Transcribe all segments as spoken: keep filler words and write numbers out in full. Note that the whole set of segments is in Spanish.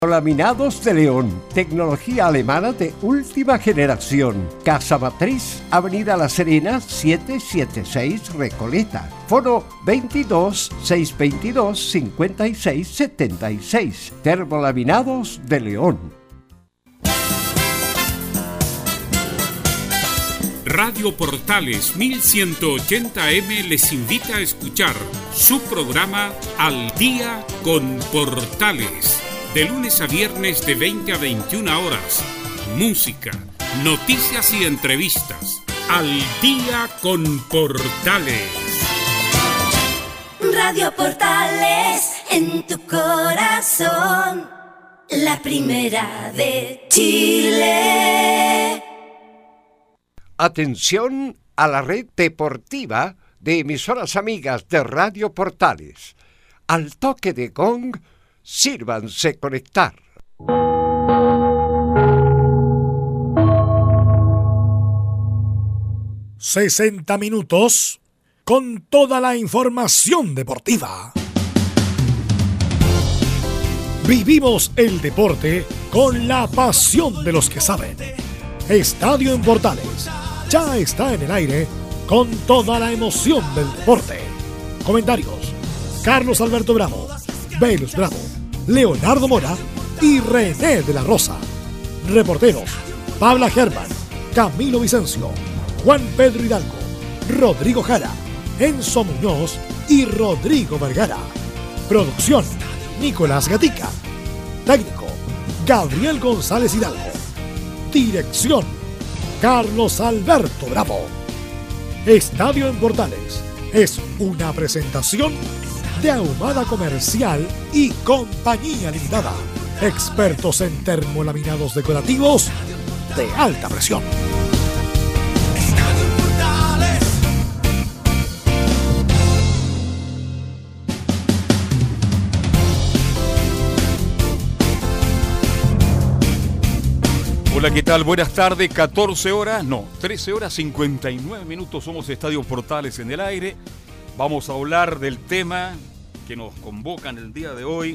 Laminados de León, tecnología alemana de última generación. Casa Matriz, Avenida La Serena, setecientos setenta y seis Recoleta. Foro veintidós, seiscientos veintidós, cincuenta y seis setenta y seis. Termolaminados de León. Radio Portales mil ciento ochenta eme les invita a escuchar su programa Al Día con Portales. De lunes a viernes de veinte a veintiuna horas. Música, noticias y entrevistas. Al Día con Portales. Radio Portales en tu corazón. La primera de Chile. Atención a la red deportiva de emisoras amigas de Radio Portales. Al toque de gong, sírvanse conectar. sesenta minutos con toda la información deportiva. Vivimos el deporte con la pasión de los que saben. Estadio en Portales ya está en el aire con toda la emoción del deporte. Comentarios: Carlos Alberto Bravo, Velus Bravo, Leonardo Mora y René de la Rosa. Reporteros: Pabla Germán, Camilo Vicencio, Juan Pedro Hidalgo, Rodrigo Jara, Enzo Muñoz y Rodrigo Vergara. Producción: Nicolás Gatica. Técnico: Gabriel González Hidalgo. Dirección: Carlos Alberto Bravo. Estadio en Portales es una presentación de Ahumada Comercial y Compañía Limitada. Expertos en termolaminados decorativos de alta presión. Hola, ¿qué tal? Buenas tardes, catorce horas, no, trece horas cincuenta y nueve minutos, somos Estadio Portales en el aire. Vamos a hablar del tema que nos convoca en el día de hoy.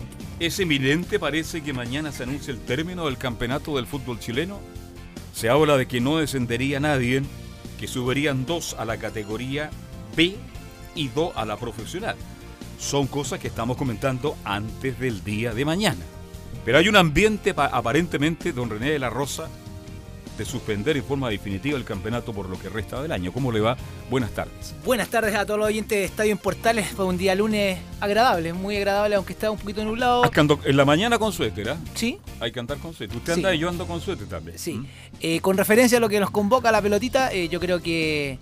Es eminente, parece que mañana se anuncia el término del campeonato del fútbol chileno. Se habla de que no descendería nadie, que subirían dos a la categoría B y dos a la profesional. Son cosas que estamos comentando antes del día de mañana. Pero hay un ambiente, aparentemente, don René de la Rosa, de suspender en forma definitiva el campeonato por lo que resta del año. ¿Cómo le va? Buenas tardes. Buenas tardes a todos los oyentes de Estadio en Portales. Fue un día lunes agradable, muy agradable, aunque estaba un poquito nublado. Has cantado en la mañana con suéter, ¿ah? Sí. Hay que andar con suéter. Usted Sí. anda y yo ando con suéter también. Sí. ¿Mm? Eh, con referencia a lo que nos convoca la pelotita, eh, yo creo que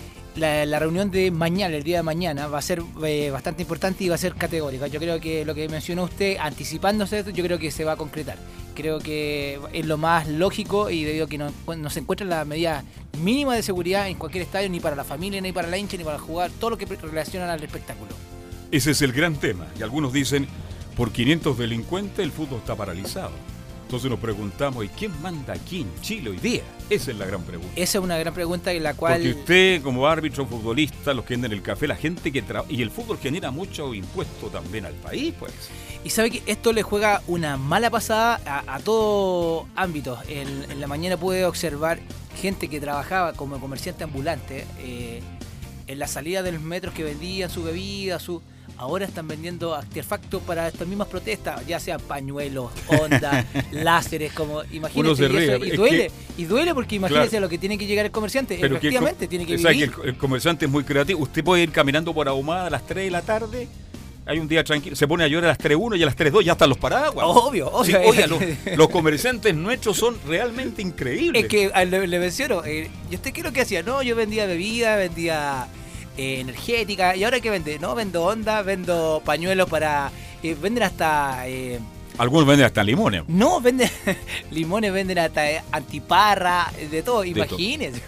la, la reunión de mañana, el día de mañana, va a ser eh, bastante importante y va a ser categórica. Yo creo que lo que mencionó usted, anticipándose, yo creo que se va a concretar. Creo que es lo más lógico y debido a que no, no se encuentra la medida mínima de seguridad en cualquier estadio, ni para la familia, ni para la hincha, ni para jugar, todo lo que relaciona al espectáculo. Ese es el gran tema. Y algunos dicen, por quinientos delincuentes el fútbol está paralizado. Entonces nos preguntamos, ¿y quién manda aquí en Chile hoy día? Esa es la gran pregunta. Esa es una gran pregunta en la cual... Porque usted, como árbitro, futbolista, los que venden el café, la gente que trabaja... Y el fútbol genera mucho impuesto también al país, pues. Y sabe que esto le juega una mala pasada a, a todo ámbito. En, en la mañana pude observar gente que trabajaba como comerciante ambulante eh, en la salida de los metros, que vendían su bebida, su... Ahora están vendiendo artefactos para estas mismas protestas, ya sean pañuelos, ondas, láseres, como imagínense. Uno se y, ríe, eso- y es duele, que- y duele porque imagínense Claro. lo que tiene que llegar el comerciante. Pero Efectivamente, que el, tiene que o sea, vivir. que el, el comerciante es muy creativo. Usted puede ir caminando por Ahumada a las tres de la tarde, hay un día tranquilo, se pone a llorar a las tres uno y a las tres dos ya están los paraguas. Obvio, Sí, obvio. oiga, los, los comerciantes nuestros son realmente increíbles. Es que a- le, le menciono, eh, ¿y usted qué es lo que hacía? No, yo vendía bebida, vendía eh, energética, ¿y ahora qué vende? No, vendo ondas, vendo pañuelos para... Eh, venden hasta... Eh, Algunos venden hasta limones. no, venden limones, venden hasta eh, antiparra, de todo, De imagínense.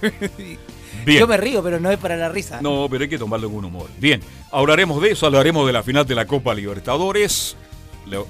Bien. Yo me río, pero no es para la risa. No, pero hay que tomarlo con humor. Bien, hablaremos de eso, hablaremos de la final de la Copa Libertadores. Leo-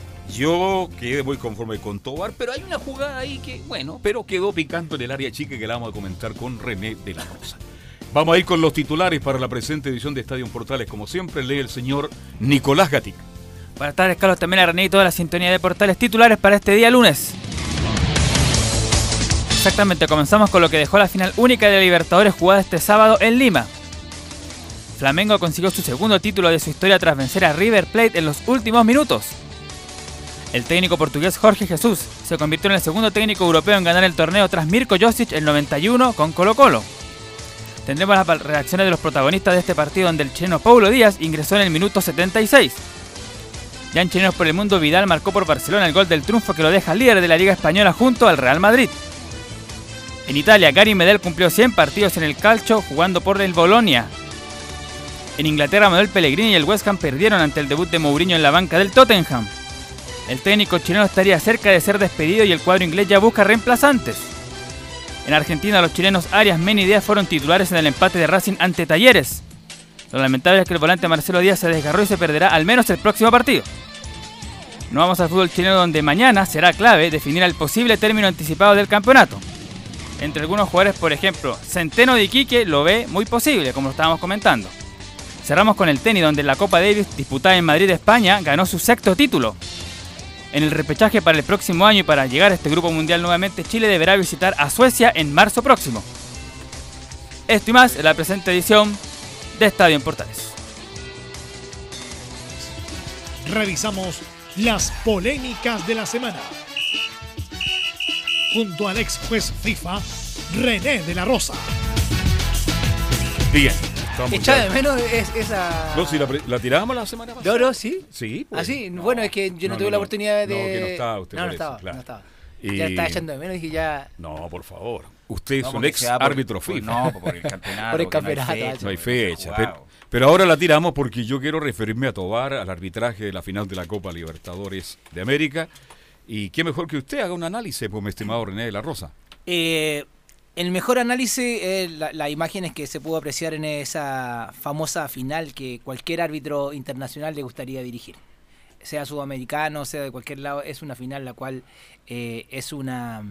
Yo quedé muy conforme con Tobar, pero hay una jugada ahí que, bueno, pero quedó picando en el área chica que la vamos a comentar con René de la Rosa. Vamos a ir con los titulares para la presente edición de Estadio Portales. Como siempre, lee el señor Nicolás Gatica. Buenas tardes, Carlos, también a René y toda la sintonía de Portales titulares para este día lunes. Exactamente, comenzamos con lo que dejó la final única de Libertadores jugada este sábado en Lima. Flamengo consiguió su segundo título de su historia tras vencer a River Plate en los últimos minutos. El técnico portugués Jorge Jesús se convirtió en el segundo técnico europeo en ganar el torneo tras Mirko Josic en noventa y uno con Colo-Colo. Tendremos las reacciones de los protagonistas de este partido, donde el chileno Paulo Díaz ingresó en el minuto setenta y seis. Ya en Chilenos por el Mundo, Vidal marcó por Barcelona el gol del triunfo que lo deja líder de la Liga Española junto al Real Madrid. En Italia, Gary Medel cumplió cien partidos en el calcio jugando por el Bolonia. En Inglaterra, Manuel Pellegrini y el West Ham perdieron ante el debut de Mourinho en la banca del Tottenham. El técnico chileno estaría cerca de ser despedido y el cuadro inglés ya busca reemplazantes. En Argentina, los chilenos Arias, Mena y Díaz fueron titulares en el empate de Racing ante Talleres. Lo lamentable es que el volante Marcelo Díaz se desgarró y se perderá al menos el próximo partido. No vamos al fútbol chileno, donde mañana será clave definir el posible término anticipado del campeonato. Entre algunos jugadores, por ejemplo, Centeno de Iquique lo ve muy posible, como lo estábamos comentando. Cerramos con el tenis, donde la Copa Davis, disputada en Madrid, España, ganó su sexto título. En el repechaje para el próximo año y para llegar a este grupo mundial nuevamente, Chile deberá visitar a Suecia en marzo próximo. Esto y más en la presente edición de Estadio en Portales. Revisamos las polémicas de la semana junto al ex juez FIFA René de la Rosa. Bien. Echaba de menos es, esa... No, si la, la tirábamos la semana pasada. ¿No, no, sí? Sí. Pues. ¿Ah, sí? No. Bueno, es que yo no, no tuve no, la oportunidad de... No, que no estaba usted. No, no eso, estaba, claro. no estaba. Y... Ya estaba echando de menos y dije ya... No, por favor. Usted es no, un ex por, árbitro por, FIFA. No, por el campeonato. Por el campeonato. No hay fecha. No hay fecha Wow. pero, pero ahora la tiramos porque yo quiero referirme a Tobar, al arbitraje de la final de la Copa Libertadores de América. Y qué mejor que usted haga un análisis, pues, mi estimado René de la Rosa. Eh... El mejor análisis es la, las imágenes que se pudo apreciar en esa famosa final que cualquier árbitro internacional le gustaría dirigir. Sea sudamericano, sea de cualquier lado, es una final la cual eh, es una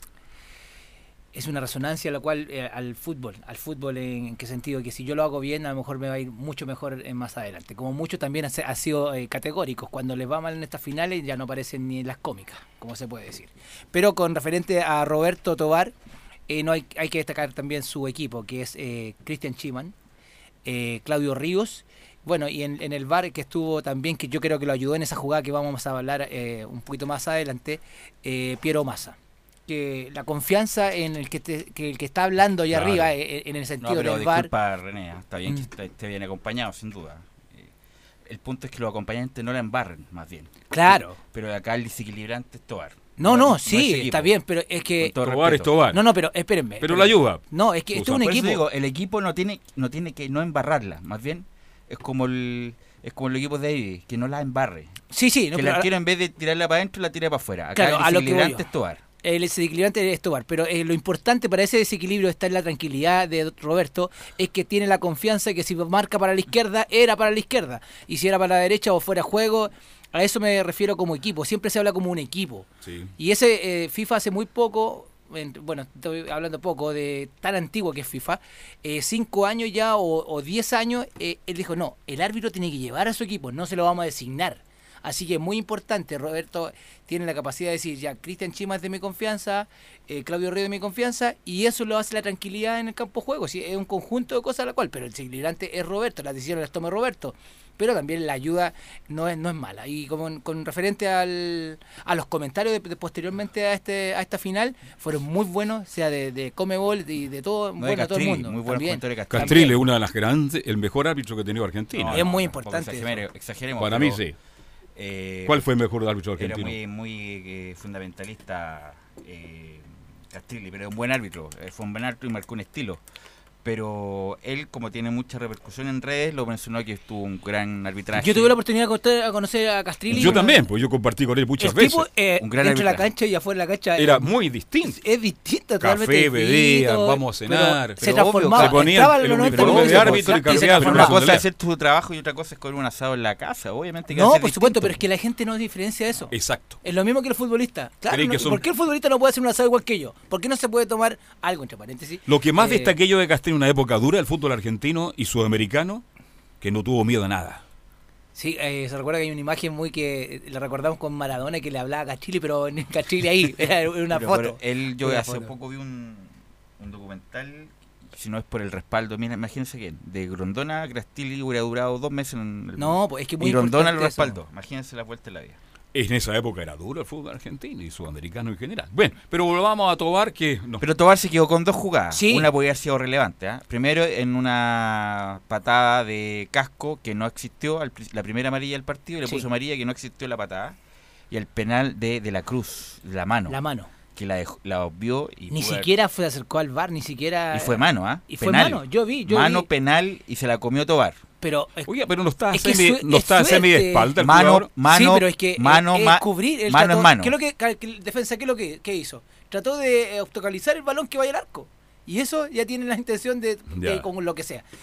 es una resonancia la cual eh, al fútbol, al fútbol en, en qué sentido, que si yo lo hago bien a lo mejor me va a ir mucho mejor en más adelante. Como muchos también ha, ha sido eh, categóricos, cuando les va mal en estas finales ya no aparecen ni en las cómicas, como se puede decir. Pero con referente a Roberto Tobar, Eh, no hay, hay que destacar también su equipo, que es eh, Cristian Chiman, eh, Claudio Ríos, bueno, y en, en el V A R que estuvo también, que yo creo que lo ayudó en esa jugada que vamos a hablar eh, un poquito más adelante, eh, Piero Massa. Que la confianza en el que, te, que el que está hablando allá Claro. arriba, eh, en el sentido No, pero del V A R... disculpa, René, está bien Mm. que esté, esté bien acompañado, sin duda. Eh, El punto es que los acompañantes no la embarren, más bien. Claro. Pero acá el desequilibrante es Tobar. No, no, es sí, equipo. está bien, pero es que... Con todo Tobar es respeto. Tobar. No, no, pero espérenme. Pero la ayuda. No, es que esto es un Por eso equipo... digo, el equipo no tiene no tiene que no embarrarla, más bien es como el es como el equipo de David, que no la embarre. Sí, sí. No, que pero el arquero en vez de tirarla para adentro, la tira para afuera. Acá Claro, el a lo que voy desequilibrante yo. es Tobar. El desequilibrante es Tobar, pero eh, lo importante para ese desequilibrio está en la tranquilidad de Roberto, es que tiene la confianza que si marca para la izquierda, era para la izquierda, y si era para la derecha o fuera juego, a eso me refiero como equipo, siempre se habla como un equipo. Sí. Y ese eh, FIFA hace muy poco, en- bueno, estoy hablando poco de tan antiguo que es FIFA, eh, cinco años ya o, o diez años, eh, él dijo, no, el árbitro tiene que llevar a su equipo, no se lo vamos a designar. Así que es muy importante, Roberto tiene la capacidad de decir, ya, Cristian Chima es de mi confianza, eh, Claudio Río de mi confianza, y eso lo hace la tranquilidad en el campo de juego. ¿Sí? Es un conjunto de cosas a la cual, pero el desequilibrante es Roberto, las decisiones las toma Roberto, pero también la ayuda no es no es mala. Y como con referente al, a los comentarios de, de posteriormente a este a esta final, fueron muy buenos, sea de, de Comebol y de todo, No, de bueno a todo el Castrilli, mundo. muy buenos también. comentarios de Castrilli. Castrilli, una de las grandes, el mejor árbitro que ha tenido Argentina. No, es muy tampoco importante exagere- eso. exageremos. Para pero, mí sí. eh, ¿Cuál fue el mejor árbitro Era argentino? muy, muy eh, fundamentalista eh, Castrilli, pero es un buen árbitro. eh, Fue un buen árbitro y marcó un estilo. Pero él, como tiene mucha repercusión en redes, lo mencionó que estuvo un gran arbitraje. Yo tuve la oportunidad de conocer a, conocer a Castrilli. Yo una- también, pues yo compartí con él muchas el veces. tipo, eh, Un gran dentro de la arbitraje. cancha y afuera de la cancha. Era eh, muy distinto. Es distinto, Café, totalmente bebían, distinto, vamos a cenar. pero se Pero obvio, transformaba. se ponía entraba el a los noventa uniforme minutos, de árbitro y se cambiaba Pero de una transformaba. cosa es hacer tu trabajo y otra cosa es comer un asado en la casa. Obviamente que va a No, ser por supuesto, distinto. pero es que la gente no diferencia eso. Exacto. Es lo mismo que el futbolista. Claro, ¿Creen no- que son- ¿por qué el futbolista no puede hacer un asado igual que yo? ¿Por qué no se puede tomar algo, entre paréntesis? Lo que más Eh, destaqué yo de Castrilli en una época dura del fútbol argentino y sudamericano, que no tuvo miedo a nada. Sí, eh, se recuerda que hay una imagen muy que la recordamos con Maradona que le hablaba a Cachili, pero en Cachili ahí, era una Pero, foto. pero él, yo Una hace foto. poco vi un, un documental, si no es por el respaldo, mira, imagínense que de Grondona, Crastilli hubiera durado dos meses en el No, pues es que muy y Grondona lo importante eso. respaldó. Imagínense la vuelta de la vida. En esa época era duro el fútbol argentino y sudamericano en general. Bueno, pero volvamos a Tobar que... No. Pero Tobar se quedó con dos jugadas. Sí. Una podría haber sido relevante. ¿eh? Primero en una patada de casco que no existió, al pri- la primera amarilla del partido, y le Sí. puso amarilla que no existió la patada. Y el penal de, de la Cruz, de la mano, La mano. que la, dejó- la obvió. Y Ni pudo haber- siquiera fue acercó al bar, ni siquiera... Y fue mano, ¿ah? Y fue Penal. mano, yo vi, yo Mano vi. penal y se la comió Tobar. Pero es- Oiga, pero no está Es que semi, su- no es está semi de suerte. espalda el Mano, jugador. mano, sí, pero es que mano, es, es ma- cubrir. Él mano trató, en mano. ¿Qué es lo que, ca- que el defensa, qué es lo que, que hizo? Trató de eh, obstaculizar el balón que vaya al arco. Y eso ya tiene la intención de, de Ya. con lo que sea.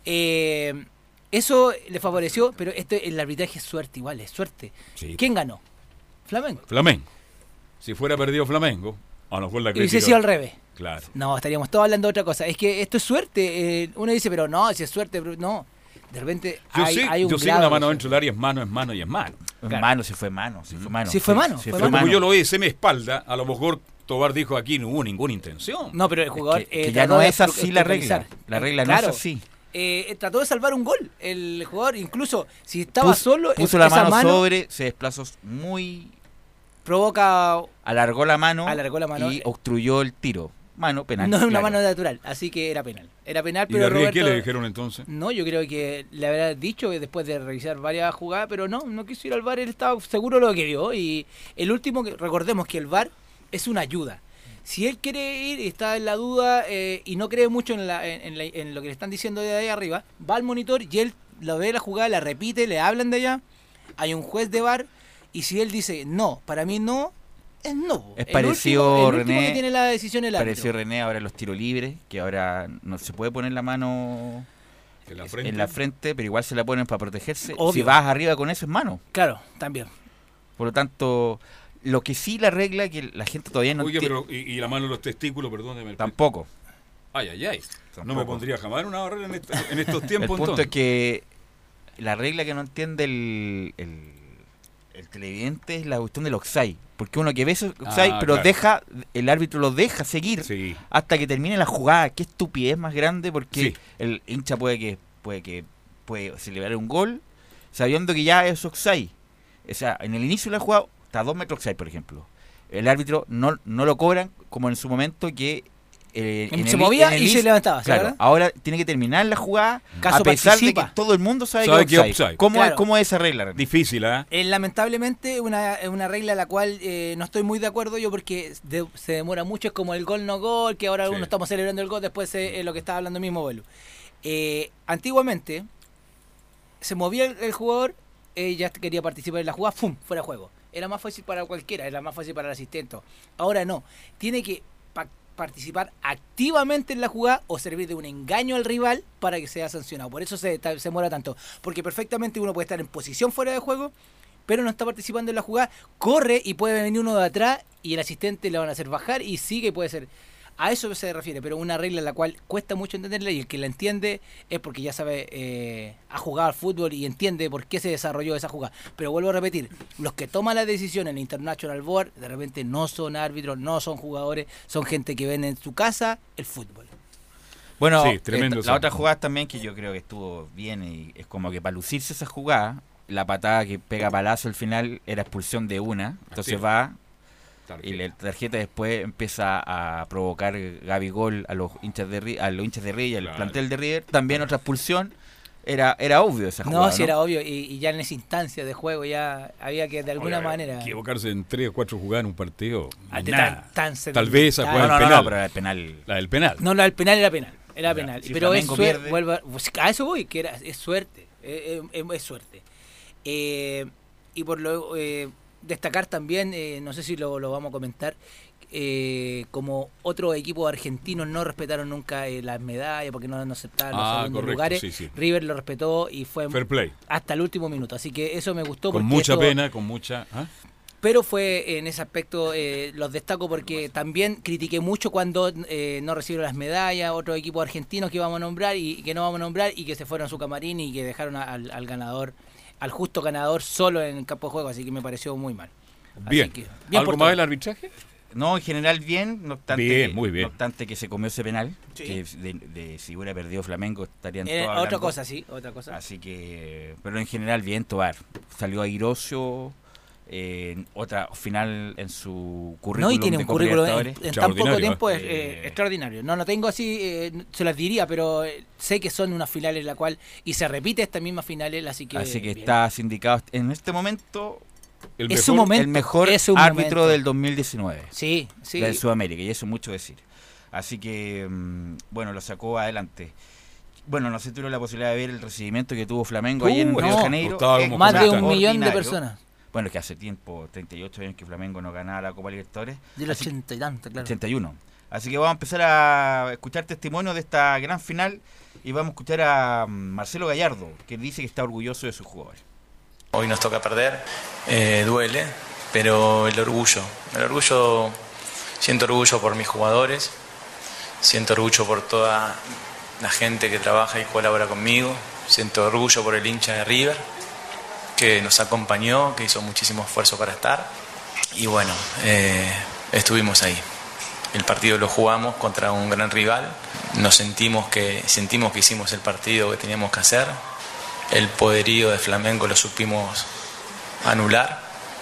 Eh, eso le favoreció, pero este el arbitraje es suerte igual, es suerte. Sí. ¿Quién ganó? Flamengo. Flamengo. Si fuera perdido Flamengo, a lo mejor la Y hubiese crítica... sido al revés. Claro. No, estaríamos todos hablando de otra cosa. Es que esto es suerte. eh, uno dice, pero no, si es suerte, pero no. De repente Yo hay, sé, hay un yo sé que grado una de mano suerte. dentro del área es mano, es mano y es mano. Claro. Mano, si fue mano, si fue mano. Sí fue mano, Sí fue fue mano. Como yo lo vi semi espalda, a lo mejor Tobar dijo aquí no hubo ninguna intención. No, pero el jugador... que, eh, que ya trató no de es así la regla. obstaculizar. La regla Claro. no es así. Eh, trató de salvar un gol. El jugador, incluso si estaba Puso, solo, puso eh, la esa mano, mano sobre, se desplazó muy... provoca... Alargó la mano, Alargó la mano. y obstruyó el tiro. Mano penal. No es una claro. mano natural, así que era penal. Era penal, ¿Y pero de Río qué Roberto- le dijeron entonces? No, yo creo que le habrá dicho que después de revisar varias jugadas, pero no, no quiso ir al V A R, él estaba seguro de lo que vio. Y el último, que recordemos que el V A R es una ayuda. Si él quiere ir y está en la duda eh, y no cree mucho en, la, en, en la- en lo que le están diciendo de ahí arriba, va al monitor y él lo ve la jugada, la repite, le hablan de allá, hay un juez de V A R y si él dice no, para mí no, es no. Es El parecido, último- el último René, que tiene la decisión el árbitro. Pareció René ahora en los tiros libres, que ahora no se puede poner la mano En la frente. en la frente, pero igual se la ponen para protegerse. Obvio. Si vas arriba con eso es mano. Claro, también. Por lo tanto, lo que sí la regla que la gente todavía no Oiga, entiende. pero y, y la mano en los testículos, perdóneme. el- Tampoco. Ay, ay, ay. No me Tampoco. pondría jamás en una barrera en, esta- en estos El tiempos punto entonces. es que la regla que no entiende el, el, el televidente es la cuestión del offside. Porque uno que ve ese offside, Ah, pero claro. deja, el árbitro lo deja seguir Sí. hasta que termine la jugada. Qué estupidez más grande, porque Sí. el hincha puede que puede que puede celebrar un gol sabiendo que ya es offside. O sea, en el inicio de la jugada está a dos metros offside, por ejemplo. El árbitro no, no lo cobran como en su momento que eh, en Se el- movía en el y se inicio- levantaba, ¿se Claro, acuerda? ahora tiene que terminar la jugada Caso a pesar participa. de que todo el mundo sabe, Sabe que que es es offside. offside. ¿Cómo, Claro. es, ¿Cómo es esa regla, René? Difícil, ¿eh? Eh, lamentablemente una, es una regla a la cual eh, no estoy muy de acuerdo yo porque de- se demora mucho, es como el gol no gol, que ahora Sí. uno estamos celebrando el gol, después es lo que estaba hablando mismo Belu. Eh, antiguamente se movía el, el jugador, ella quería participar en la jugada, ¡fum! Fuera de juego. Era más fácil para cualquiera, era más fácil para el asistente. Ahora no, tiene que pa- participar activamente en la jugada o servir de un engaño al rival para que sea sancionado. Por eso se, ta- se demora tanto. Porque perfectamente uno puede estar en posición fuera de juego, pero no está participando en la jugada, corre y puede venir uno de atrás y el asistente le van a hacer bajar y sigue, puede ser. A eso se refiere, pero una regla en la cual cuesta mucho entenderla y el que la entiende es porque ya sabe, eh, ha jugado al fútbol y entiende por qué se desarrolló esa jugada. Pero vuelvo a repetir, los que toman la decisión en el International Board de repente no son árbitros, no son jugadores, son gente que ven en su casa el fútbol. Bueno, Sí, tremendo eh, eso. la otra jugada también que yo creo que estuvo bien y es como que para lucirse esa jugada, la patada que pega palazo al final era expulsión de una, entonces Así. va Tarjeta. y la tarjeta después empieza a provocar Gabigol a los hinchas de Ri- a los hinchas de River, al Claro. plantel de River, también otra expulsión. Era era obvio esa jugada. No, si era obvio, y, y ya en esa instancia de juego ya había que de alguna Oiga, manera... Equivocarse en tres o cuatro jugadas en un partido. Ah, no tan- es nada. tan Tal vez esa tan- jugada No, del no, no, penal. pero era el penal. La del penal. No, la del penal era penal. Era Ya, penal. si Pero es Flamengo suerte. pierde. Vuelvo a, pues, a eso voy, que era, es suerte. Es, es- es suerte. Eh, y por lo eh, destacar también, eh, no sé si lo, lo vamos a comentar, eh, como otros equipos argentinos no respetaron nunca eh, las medallas porque no, no aceptaban los Ah, segundos correcto, lugares. sí, sí. River lo respetó y fue Fair play. hasta el último minuto. Así que eso me gustó. Con porque mucha esto- pena, con mucha. ¿ah? pero fue en ese aspecto, eh, los destaco porque también critiqué mucho cuando eh, no recibieron las medallas, otros equipos argentinos que íbamos a nombrar y, y que no vamos a nombrar y que se fueron a su camarín y que dejaron a- al, al ganador al justo ganador solo en el campo de juego, así que me pareció muy mal. Bien. Que, bien ¿Algo más del arbitraje? No, en general bien, no obstante, bien, que, muy bien. No obstante que se comió ese penal, sí. que de, de, si hubiera perdido Flamengo estarían eh, todos hablando. Otra cosa, sí, otra cosa. Así que, pero en general bien Tobar. Salió airoso, eh, otra final en su currículum. No, y tiene de un Copa currículum en, Libertadores. en tan poco tiempo es, Eh, eh, extraordinario. No, no tengo así, eh, se las diría, pero eh, sé que son unas finales en la cual, y se repite esta misma final, así que... Así que bien. está sindicado en este momento... El es mejor, su momento. El mejor es un árbitro momento. del dos mil diecinueve. Sí, sí. De Sudamérica, y eso es mucho decir. Así que, mmm, bueno, lo sacó adelante. Bueno, no sé si tuvieron la posibilidad de ver el recibimiento que tuvo Flamengo Uh, ahí en no, Río de Janeiro. estaba Es como Más de un Ordinario. millón de personas. Bueno, es que hace tiempo, treinta y ocho años que Flamengo no ganaba la Copa Libertadores. Del Así- ochenta y tanto, claro. ochenta y uno. Así que vamos a empezar a escuchar testimonios de esta gran final y vamos a escuchar a mm, Marcelo Gallardo, que dice que está orgulloso de sus jugadores. Hoy nos toca perder, eh, duele, pero el orgullo, el orgullo, siento orgullo por mis jugadores, siento orgullo por toda la gente que trabaja y colabora conmigo, siento orgullo por el hincha de River, que nos acompañó, que hizo muchísimo esfuerzo para estar, y bueno, eh, estuvimos ahí. El partido lo jugamos contra un gran rival, nos sentimos que, sentimos que hicimos el partido que teníamos que hacer, el poderío de Flamengo lo supimos anular,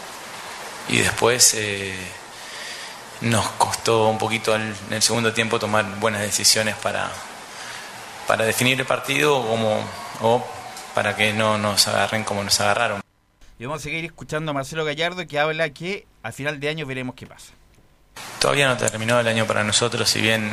y después eh, nos costó un poquito en el segundo tiempo tomar buenas decisiones para, para definir el partido como, o para que no nos agarren como nos agarraron. Y vamos a seguir escuchando a Marcelo Gallardo, que habla que a final de año veremos qué pasa. Todavía no terminó el año para nosotros, si bien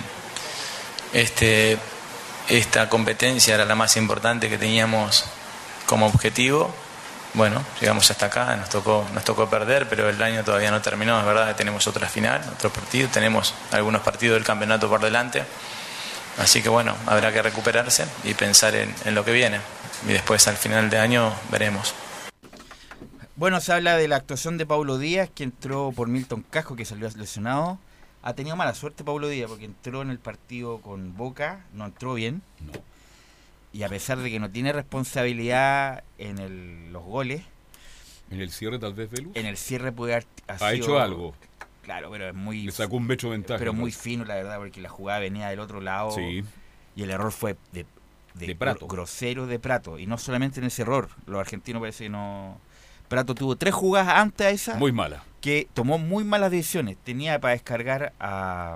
este, esta competencia era la más importante que teníamos como objetivo. Bueno, llegamos hasta acá, nos tocó, nos tocó perder, pero el año todavía no terminó, es verdad que tenemos otra final, otro partido, tenemos algunos partidos del campeonato por delante, así que bueno, habrá que recuperarse y pensar en, en lo que viene, y después al final de año veremos. Bueno, se habla de la actuación de Paulo Díaz, que entró por Milton Casco, que salió lesionado. Ha tenido mala suerte Paulo Díaz, porque entró en el partido con Boca, no entró bien. No. Y a pesar de que no tiene responsabilidad en el, los goles, En el cierre tal vez Velus en el cierre puede haber ha ha sido- hecho algo. Claro, pero es muy Le sacó un metro de ventaja. pero ¿no? muy fino, la verdad, porque la jugada venía del otro lado Sí. y el error fue de, de, De Prato. gro- grosero de Prato. Y no solamente en ese error, los argentinos parece que no... Prato tuvo tres jugadas antes a esa Muy mala. que tomó muy malas decisiones. Tenía para descargar a,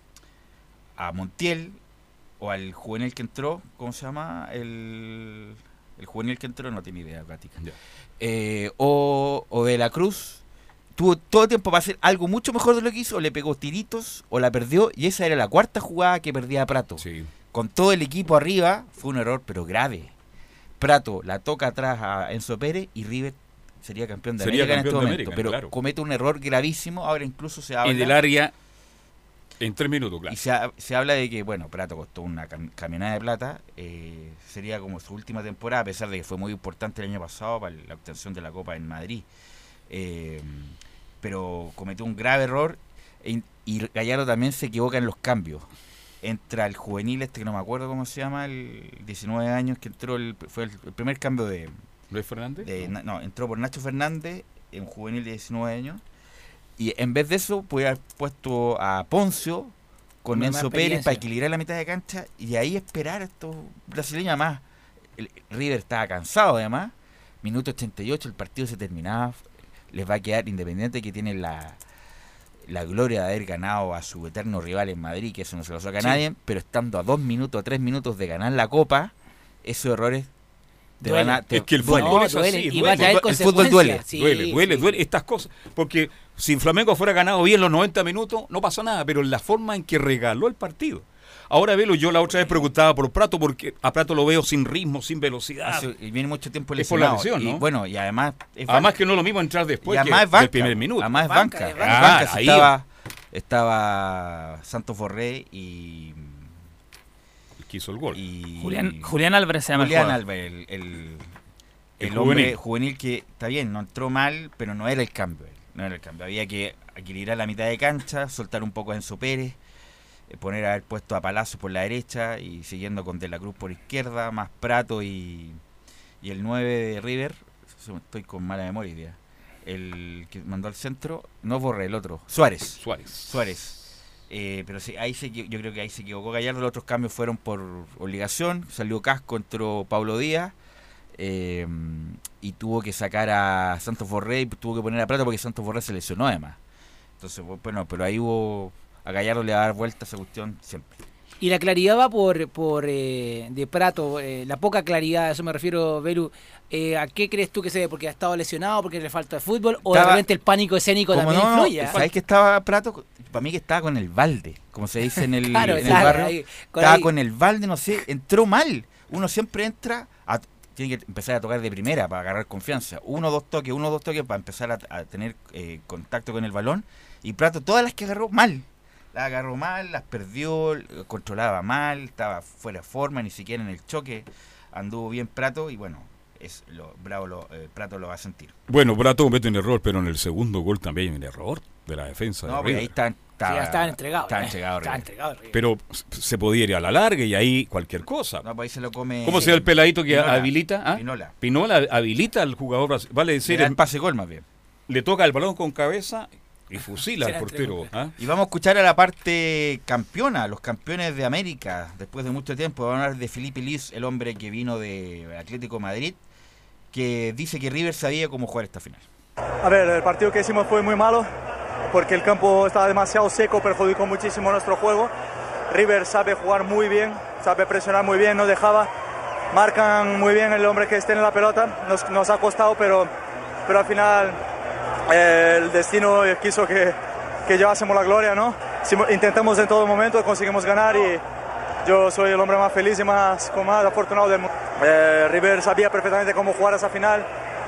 a Montiel o al juvenil que entró, ¿cómo se llama? El, el juvenil que entró, no tiene idea, Gatica. Ya. Eh, o, o de la Cruz. Tuvo todo el tiempo para hacer algo mucho mejor de lo que hizo, o le pegó tiritos, o la perdió, y esa era la cuarta jugada que perdía Prato. Sí. Con todo el equipo arriba, fue un error, pero grave. Prato la toca atrás a Enzo Pérez y River sería campeón de Sería América en campeón este de momento. América, pero claro. comete un error gravísimo, ahora incluso se habla... En el área, en tres minutos, claro. Y se, ha- se habla de que, bueno, Prato costó una cam- camionada de plata, eh, sería como su última temporada, a pesar de que fue muy importante el año pasado para la obtención de la Copa en Madrid. Eh, pero cometió un grave error e- y Gallardo también se equivoca en los cambios. Entra el juvenil este que no me acuerdo cómo se llama, el diecinueve años que entró, el, fue el, el primer cambio de... ¿Luis Fernández? de- No. no, entró por Nacho Fernández, un juvenil de diecinueve años. Y en vez de eso, puede haber puesto a Poncio con Una más Enzo Pérez experiencia. para equilibrar la mitad de cancha y de ahí esperar a estos brasileños. Además, el River estaba cansado, además. Minuto ochenta y ocho, el partido se terminaba. Les va a quedar Independiente, que tiene la, la gloria de haber ganado a su eterno rival en Madrid, que eso no se lo saca a Sí. nadie, pero estando a dos minutos, a tres minutos de ganar la Copa, esos errores te Duele. van a... te- Es que el duele. fútbol No, es duele, así, y duele. va a traer El fútbol consecuencias. duele, Sí, duele, duele, sí. duele estas cosas. Porque si Flamengo fuera ganado bien los noventa minutos, no pasa nada, pero en la forma en que regaló el partido. Ahora, Velo, yo la otra vez preguntaba por Prato, porque a Prato lo veo sin ritmo, sin velocidad. Hace- y viene mucho tiempo Es por la lesionado. lesión, Y ¿no? bueno, y además... es Además banca. que no es lo mismo entrar después y además que es banca, del primer minuto. Además es Banca, banca. es Es banca. banca, Ah, si ahí. estaba, estaba Santos Borré y... El que hizo el gol. y Julián, Julián Álvarez se llama Julián el jugador. Álvarez, el, el, El el hombre juvenil. juvenil que, está bien, no entró mal, pero no era el cambio. No era el cambio. Había que equilibrar la mitad de cancha, soltar un poco a Enzo Pérez, eh, poner a haber puesto a Palacio por la derecha y siguiendo con De la Cruz por izquierda, más Prato y, y el nueve de River, estoy con mala memoria hoy día. El que mandó al centro, no Borré, el otro, Suárez. Suárez. Suárez. Eh, pero sí, ahí se, yo creo que ahí se equivocó Gallardo. Los otros cambios fueron por obligación. Salió Casco, entró Pablo Díaz. Eh, y tuvo que sacar a Santos Borré y tuvo que poner a Prato porque Santos Borré se lesionó además. Entonces, bueno, pero ahí hubo. A Gallardo le va a dar vuelta a esa cuestión siempre. Y la claridad va por por eh, de Prato, eh, la poca claridad, a eso me refiero, Belu. Eh, ¿A qué crees tú que se debe? ¿Porque ha estado lesionado, porque le falta de fútbol? ¿O estaba, de repente el pánico escénico también no, influye? ¿Sabes que estaba Prato? Para mí que estaba con el balde, como se dice en el, claro, en claro, el barrio. ahí, con estaba ahí. con el balde, no sé, entró mal. Uno siempre entra, a, tiene que empezar a tocar de primera para agarrar confianza. Uno, dos toques, uno, dos toques para empezar a, a tener eh, contacto con el balón. Y Prato, todas las que agarró, mal. Las agarró mal, las perdió, controlaba mal, estaba fuera de forma, ni siquiera en el choque anduvo bien Prato y bueno, es lo bravo lo, eh, Prato lo va a sentir. Bueno, Prato comete un error, pero en el segundo gol también hay un error de la defensa. No, de porque ahí está, está, sí, ya estaban entregados. Estaba eh. entregado, Estaba entregado pero se podía ir a la larga y ahí cualquier cosa. No, pues ahí se lo come. ¿Cómo será el peladito que Pinola, habilita? ¿Ah? Pinola. Pinola habilita al jugador, vale decir, Le da el pase gol más bien. Le toca el balón con cabeza y fusila al portero. ¿Ah? Y vamos a escuchar a la parte campeona, los campeones de América. Después de mucho tiempo vamos a hablar de Felipe Luis, el hombre que vino de Atlético de Madrid, que dice que River sabía cómo jugar esta final. A ver, el partido que hicimos fue muy malo porque el campo estaba demasiado seco, perjudicó muchísimo nuestro juego. River sabe jugar muy bien, sabe presionar muy bien, nos dejaba, marcan muy bien el hombre que esté en la pelota, nos, nos ha costado, pero, pero al final eh, el destino quiso que, que llevásemos la gloria, ¿no? Intentamos en todo momento, conseguimos ganar y yo soy el hombre más feliz y más, más afortunado del mundo. Eh, River sabía perfectamente cómo jugar esa final,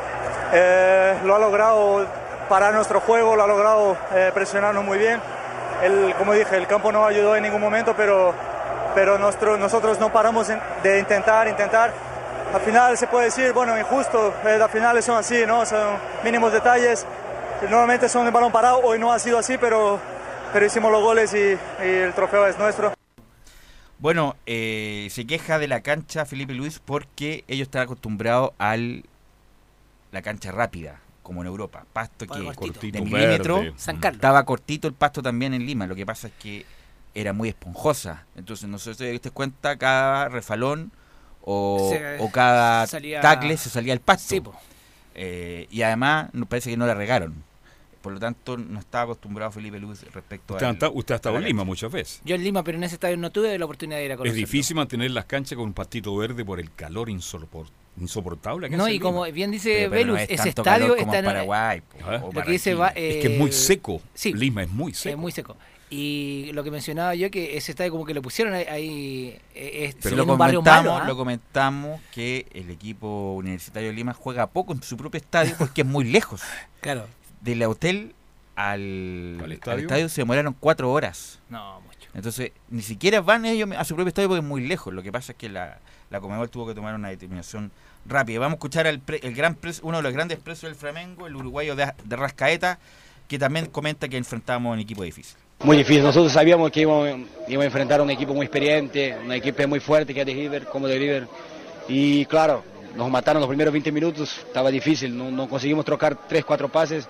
eh, lo ha logrado parar nuestro juego, lo ha logrado eh, presionarnos muy bien. El, como dije, el campo no ayudó en ningún momento, pero, pero nuestro, nosotros no paramos en, de intentar, intentar. Al final se puede decir, bueno, injusto, eh, las finales son así, ¿no? Son mínimos detalles, normalmente son de balón parado, hoy no ha sido así, pero, pero hicimos los goles y, y el trofeo es nuestro. Bueno, eh, se queja de la cancha Felipe Luis porque ellos están acostumbrados a la cancha rápida, como en Europa. Pasto que cortito, de milímetro, San Carlos. Estaba cortito el pasto también en Lima. Lo que pasa es que era muy esponjosa. Entonces, no sé si te diste cuenta, cada refalón o, Se, o cada salía... tackle se salía el pasto. Sí, po. Eh, y además, nos parece que no la regaron. Por lo tanto, no estaba acostumbrado Felipe Luis respecto usted a. Usted, usted ha estado en Lima muchas veces. Yo en Lima, pero en ese estadio no tuve la oportunidad de ir a conocerlo. Es difícil mantener las canchas con un pastito verde por el calor insopor, insoportable. No, y como bien dice pero, pero Velus, no es ese tanto estadio calor como está en Paraguay. Po, ¿Ah? o lo que dice va, eh, es que es muy seco. Sí, Lima es muy seco. Es muy seco. Y lo que mencionaba yo, que ese estadio como que lo pusieron ahí, ahí eh, pero en lo un barrio comentamos, malo. ¿eh? lo comentamos que el equipo universitario de Lima juega poco en su propio estadio porque es muy lejos. Claro. Del hotel al, ¿Al al estadio? estadio se demoraron cuatro horas. No, mucho. Entonces, ni siquiera van ellos a su propio estadio porque es muy lejos. Lo que pasa es que la, la Conmebol tuvo que tomar una determinación rápida. Vamos a escuchar al pre, el gran pres, uno de los grandes precios del Flamengo, el uruguayo de, de Rascaeta, que también comenta que enfrentamos a un equipo difícil. Muy difícil. Nosotros sabíamos que íbamos, íbamos a enfrentar a un equipo muy experiente, un equipo muy fuerte que es de River, como de River. Y claro, nos mataron los primeros veinte minutos, estaba difícil, no, no conseguimos trocar tres, cuatro pases.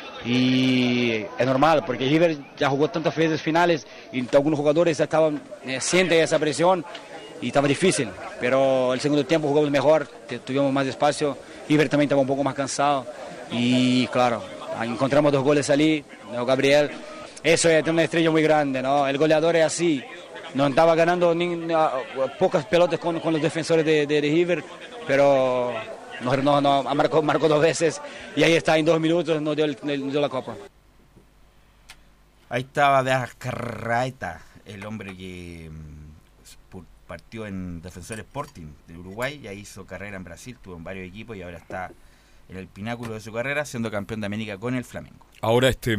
Y es normal, porque River ya jugó tantas veces finales y algunos jugadores ya estaban, eh, sienten esa presión y estaba difícil. Pero el segundo tiempo jugamos mejor, tuvimos más espacio, River también estaba un poco más cansado y claro, encontramos dos goles allí, ¿no? Gabriel, eso es una estrella muy grande, ¿no? El goleador es así, no estaba ganando ni, ni, pocas pelotas con, con los defensores de, de, de River, pero... No, no, no, marcó, marcó dos veces y ahí está, en dos minutos nos dio, el, nos dio la copa. Ahí estaba de Arcarraeta, el hombre que um, partió en Defensor Sporting de Uruguay, ya hizo carrera en Brasil, tuvo en varios equipos y ahora está en el pináculo de su carrera siendo campeón de América con el Flamengo. Ahora, este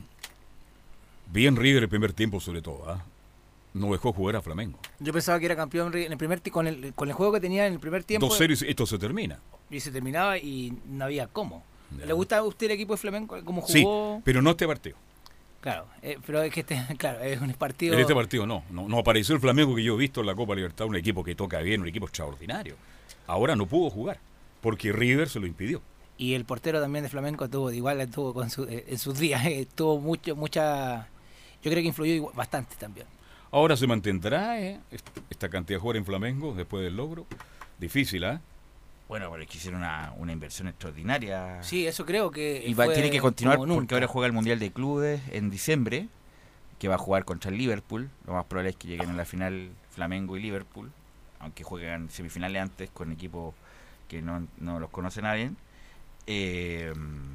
bien River el primer tiempo sobre todo, ¿eh? No dejó jugar a Flamengo. Yo pensaba que era campeón en el primer con el con el juego que tenía en el primer tiempo. dos cero y esto se termina. Y se terminaba y no había cómo. Ya. ¿Le gusta a usted el equipo de Flamengo? ¿Cómo jugó? Sí, pero no este partido. Claro, eh, pero es que este, claro, es un partido... En este partido no, no, no apareció el Flamengo que yo he visto en la Copa Libertad, un equipo que toca bien, un equipo extraordinario. Ahora no pudo jugar, porque River se lo impidió. Y el portero también de Flamengo estuvo, igual estuvo con su, eh, en sus días, eh, tuvo mucho, mucha, yo creo que influyó igual, bastante también. Ahora se mantendrá eh, esta cantidad de jugadores en Flamengo después del logro. Difícil, ¿ah? ¿eh? Bueno, pero es que hicieron una, una inversión extraordinaria. Sí, eso creo que y va, fue tiene que continuar como porque nunca. ahora juega el Mundial de Clubes en diciembre, que va a jugar contra el Liverpool. Lo más probable es que lleguen a la final Flamengo y Liverpool, aunque juegan semifinales antes con equipos que no, no los conoce nadie. Eh,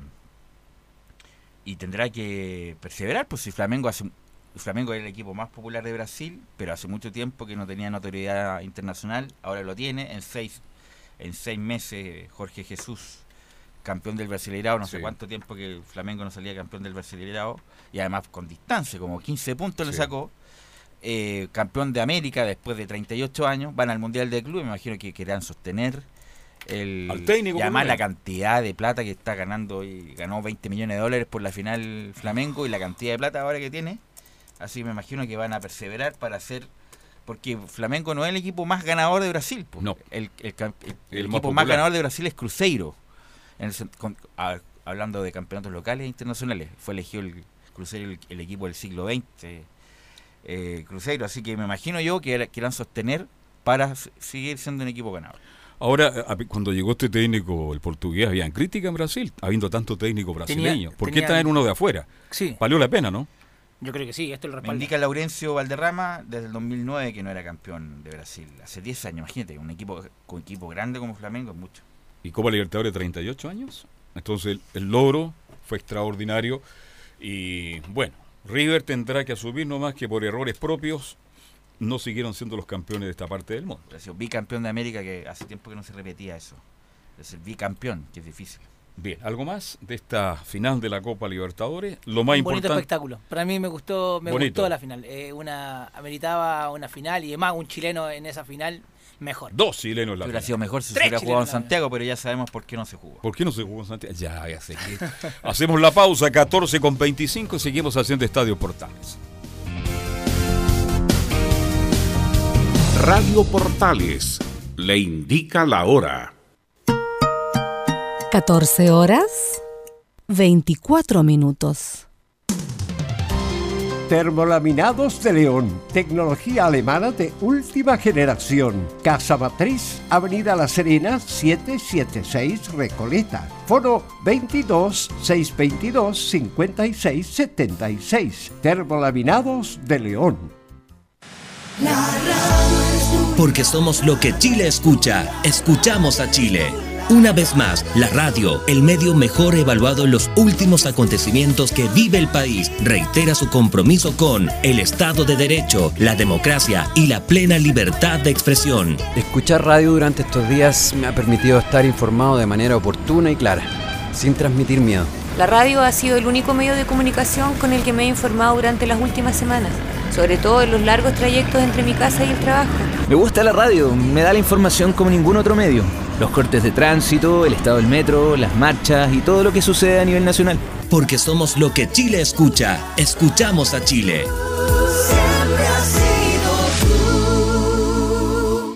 y tendrá que perseverar, pues si Flamengo hace Flamengo es el equipo más popular de Brasil, pero hace mucho tiempo que no tenía notoriedad internacional, ahora lo tiene. En seis en seis meses Jorge Jesús, campeón del Brasileirao, no sí. sé cuánto tiempo que el Flamengo no salía campeón del Brasileirao, y además con distancia, como quince puntos sí. le sacó. Eh, campeón de América después de treinta y ocho años, van al Mundial de Club, me imagino que querrán sostener el, al técnico, y además la cantidad de plata que está ganando, y ganó veinte millones de dólares por la final Flamengo, y la cantidad de plata ahora que tiene, así me imagino que van a perseverar para hacer, porque Flamengo no es el equipo más ganador de Brasil, pues. No. el, el, el, el, el más equipo más ganador de Brasil es Cruzeiro, en el, con, a, hablando de campeonatos locales e internacionales, fue elegido el Cruzeiro el, el equipo del siglo veinte, eh, Cruzeiro, así que me imagino yo que quieran sostener para seguir siendo un equipo ganador. Ahora, cuando llegó este técnico, el portugués, habían crítica en Brasil, habiendo tanto técnico brasileño. Tenía, ¿Por qué tenía, traer uno de afuera? Sí. Valió la pena, ¿no? Yo creo que sí, esto lo respalda. Me indica Laurencio Valderrama desde el dos mil nueve que no era campeón de Brasil. Hace diez años, imagínate, un equipo con equipo grande como Flamengo es mucho. Y Copa Libertadores treinta y ocho años. Entonces el, el logro fue extraordinario. Y bueno, River tendrá que asumir nomás que por errores propios no siguieron siendo los campeones de esta parte del mundo. Ha sido bicampeón de América, que hace tiempo que no se repetía eso. Es el bicampeón, que es difícil. Bien, ¿algo más de esta final de la Copa Libertadores? Lo más un importante. Bonito espectáculo. Para mí me gustó, me Bonito. gustó la final. Eh, una ameritaba una final y además un chileno en esa final mejor. Dos chilenos en la Hubiera final. sido mejor si se Tres hubiera jugado en chilenos. Santiago, pero ya sabemos por qué no se jugó. ¿Por qué no se jugó en Santiago? Ya, ya sé que. Hacemos la pausa, catorce con veinticinco, y seguimos haciendo Estadio Portales. Radio Portales le indica la hora. catorce horas, veinticuatro minutos. Termolaminados de León, tecnología alemana de última generación. Casa Matriz, Avenida La Serena, setecientos setenta y seis Recoleta. Foro veintidós, seiscientos veintidós, cincuenta y seis setenta y seis. Termolaminados de León. Porque somos lo que Chile escucha. Escuchamos a Chile. Una vez más, la radio, el medio mejor evaluado en los últimos acontecimientos que vive el país, reitera su compromiso con el Estado de Derecho, la democracia y la plena libertad de expresión. Escuchar radio durante estos días me ha permitido estar informado de manera oportuna y clara, sin transmitir miedo. La radio ha sido el único medio de comunicación con el que me he informado durante las últimas semanas, sobre todo en los largos trayectos entre mi casa y el trabajo. Me gusta la radio, me da la información como ningún otro medio. Los cortes de tránsito, el estado del metro, las marchas y todo lo que sucede a nivel nacional. Porque somos lo que Chile escucha. Escuchamos a Chile. Siempre has sido tú.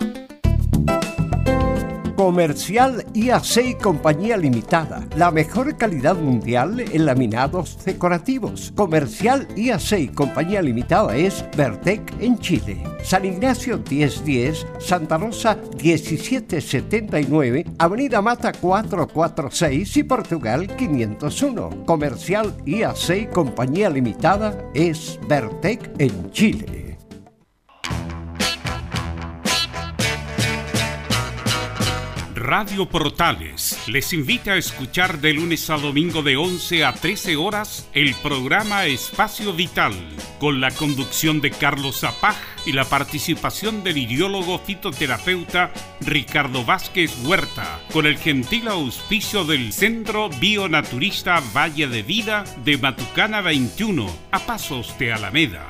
Comercial I A C y Compañía Limitada. La mejor calidad mundial en laminados decorativos. Comercial I A C y Compañía Limitada es Vertec en Chile. San Ignacio diez diez, Santa Rosa diecisiete setenta y nueve, Avenida Mata cuatrocientos cuarenta y seis y Portugal quinientos uno. Comercial I A C y Compañía Limitada es Vertec en Chile. Radio Portales les invita a escuchar de lunes a domingo de once a trece horas el programa Espacio Vital, con la conducción de Carlos Zapag y la participación del iriólogo fitoterapeuta Ricardo Vázquez Huerta, con el gentil auspicio del Centro Bionaturista Valle de Vida de Matucana veintiuno, a pasos de Alameda.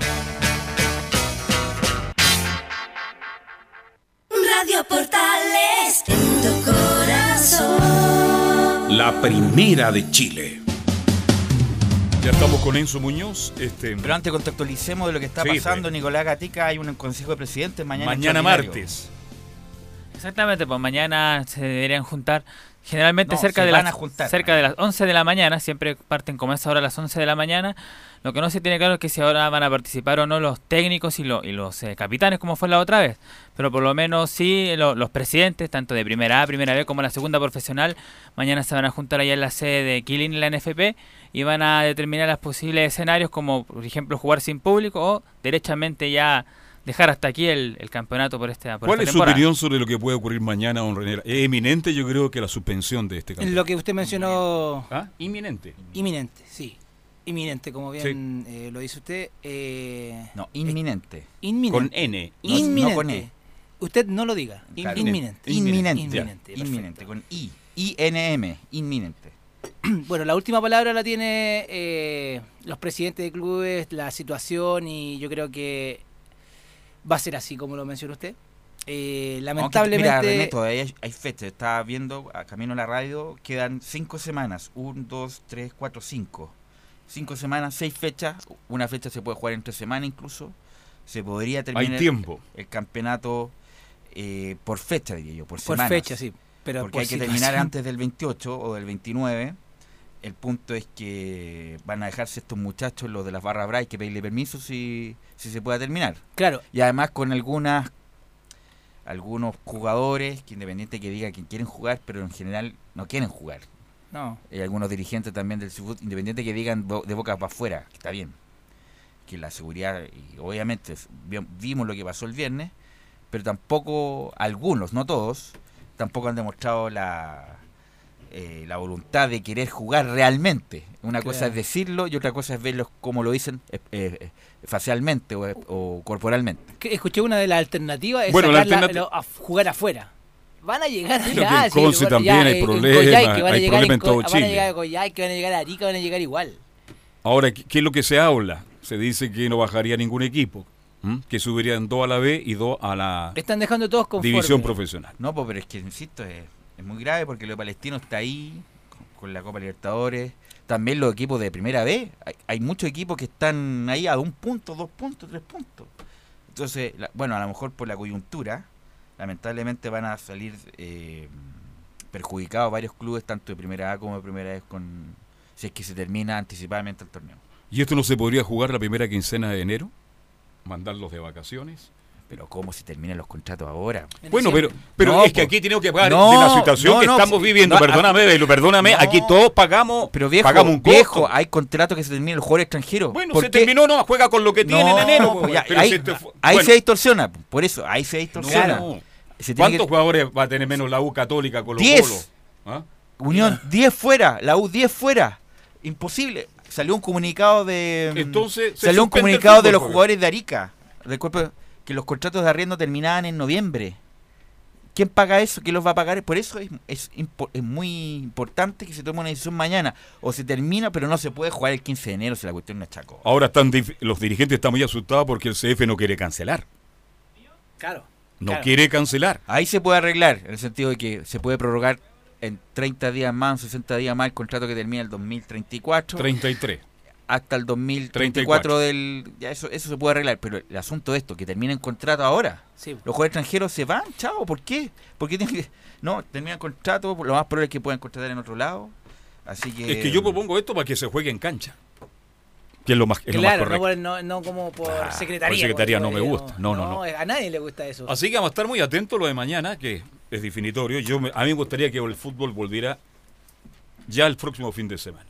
Radio Portales en tu corazón. La primera de Chile. Ya estamos con Enzo Muñoz. Este... Pero antes contextualicemos de lo que está sí, pasando, pues. Nicolás Gatica. Hay un consejo de presidentes mañana. Mañana martes. Exactamente, pues mañana se deberían juntar Generalmente No, cerca, se de van las, a juntar. cerca de las once de la mañana, siempre parten como esa hora a las once de la mañana. Lo que no se tiene claro es que si ahora van a participar o no los técnicos y, lo, y los eh, capitanes como fue la otra vez. Pero por lo menos sí lo, los presidentes, tanto de primera A, primera B como la segunda profesional, mañana se van a juntar allá en la sede de Quilín en la N F P y van a determinar los posibles escenarios como por ejemplo jugar sin público o derechamente ya dejar hasta aquí el, el campeonato por esta por ¿Cuál esta es su temporada. opinión sobre lo que puede ocurrir mañana, don René? Es eminente, yo creo, que la suspensión de este campeonato. Lo que usted mencionó... ¿Ah? Inminente. Inminente, sí. Inminente, como bien sí. eh, lo dice usted. Eh, no, inminente. Inminente. Con N. No, inminente. No con E. Usted no lo diga. Claro. Inminente. Inminente. Inminente. Inminente. Con I. I N M. Inminente. Bueno, la última palabra la tiene eh, los presidentes de clubes, la situación, y yo creo que va a ser así como lo mencionó usted. Eh, lamentablemente... Aunque, mira, René, todavía hay, hay fecha. Estaba viendo, a camino a la radio, quedan cinco semanas. Un, dos, tres, cuatro, cinco. Cinco semanas, seis fechas. Una fecha se puede jugar en tres semanas incluso. Se podría terminar hay tiempo. El, el campeonato eh, por fecha, diría yo, por, por semanas. fecha, sí. Pero porque hay que situación. terminar antes del veintiocho o del veintinueve. El punto es que van a dejarse estos muchachos, los de las barras bravas, hay que pedirle permiso si, si se pueda terminar. Claro. Y además con algunas algunos jugadores que independiente que diga que quieren jugar, pero en general no quieren jugar. No. Hay algunos dirigentes también del fútbol independiente que digan de boca para afuera, que está bien. Que la seguridad, y obviamente vimos lo que pasó el viernes, pero tampoco algunos, no todos, tampoco han demostrado la... Eh, la voluntad de querer jugar realmente. Una claro. cosa es decirlo y otra cosa es verlos como lo dicen eh, eh, facialmente o, o corporalmente. Escuché una de las alternativas es bueno, sacar la alternativa... la, lo, a jugar afuera. Van a llegar allá. En Conce sí, también ya, hay problemas, Goyay, van hay a problemas en todo Van Chile. a llegar a Goyay, que van a llegar a Arica, van a llegar igual. Ahora, ¿qué es lo que se habla? Se dice que no bajaría ningún equipo, ¿m? que subirían dos a la B y dos a la Están dejando todos conformes. división profesional. No, pues, pero es que, insisto, es... Es muy grave porque lo de Palestino está ahí, con, con la Copa Libertadores. También los equipos de primera B. Hay, hay muchos equipos que están ahí a un punto, dos puntos, tres puntos. Entonces, la, bueno, a lo mejor por la coyuntura, lamentablemente van a salir eh, perjudicados varios clubes, tanto de primera A como de primera B, con, si es que se termina anticipadamente el torneo. ¿Y esto no se podría jugar la primera quincena de enero? ¿Mandarlos de vacaciones? Pero ¿cómo se terminan los contratos ahora? Bueno, pero pero no, es que aquí tenemos que pagar no, de la situación no, que no, estamos viviendo. no, perdóname, Belo, perdóname. No, aquí todos pagamos, pero viejo, pagamos un viejo, costo. hay contratos que se terminan los jugadores extranjeros. Bueno, ¿Por se qué? terminó, no, juega con lo que tiene no, en enero. Pues ya, pero ahí se te fue, ahí bueno, se distorsiona, por eso, ahí se distorsiona. No, se ¿Cuántos que... jugadores va a tener menos la U Católica con los diez. ¿Ah? Unión, diez fuera, la U diez fuera. Imposible. Salió un comunicado de... Entonces, salió un comunicado de los jugadores de Arica. Recuerdo que los contratos de arriendo terminaban en noviembre. ¿Quién paga eso? ¿Quién los va a pagar? Por eso es, es, es muy importante que se tome una decisión mañana. O se termina, pero no se puede jugar el quince de enero si la cuestión no es chaco. Ahora están los dirigentes están muy asustados porque el C F no quiere cancelar. Claro. No claro. quiere cancelar. Ahí se puede arreglar, en el sentido de que se puede prorrogar en treinta días más, sesenta días más el contrato que termina el dos mil treinta y cuatro. treinta y tres. Hasta el dos mil treinta y cuatro del... Ya eso eso se puede arreglar, pero el asunto de esto, que termina el contrato ahora. Sí. Los jugadores extranjeros se van, chao, ¿por qué? ¿Por qué tienen que...? No, terminan el contrato, lo más probable es que puedan contratar en otro lado. Así que... Es que yo propongo esto para que se juegue en cancha. Que es lo más, es claro, lo más correcto. No, no, no como por ah, secretaría. Por secretaría no me no, gusta. No, no, no, no. A nadie le gusta eso. Así que vamos a estar muy atentos a lo de mañana, que es definitorio. Yo me, a mí me gustaría que el fútbol volviera ya el próximo fin de semana.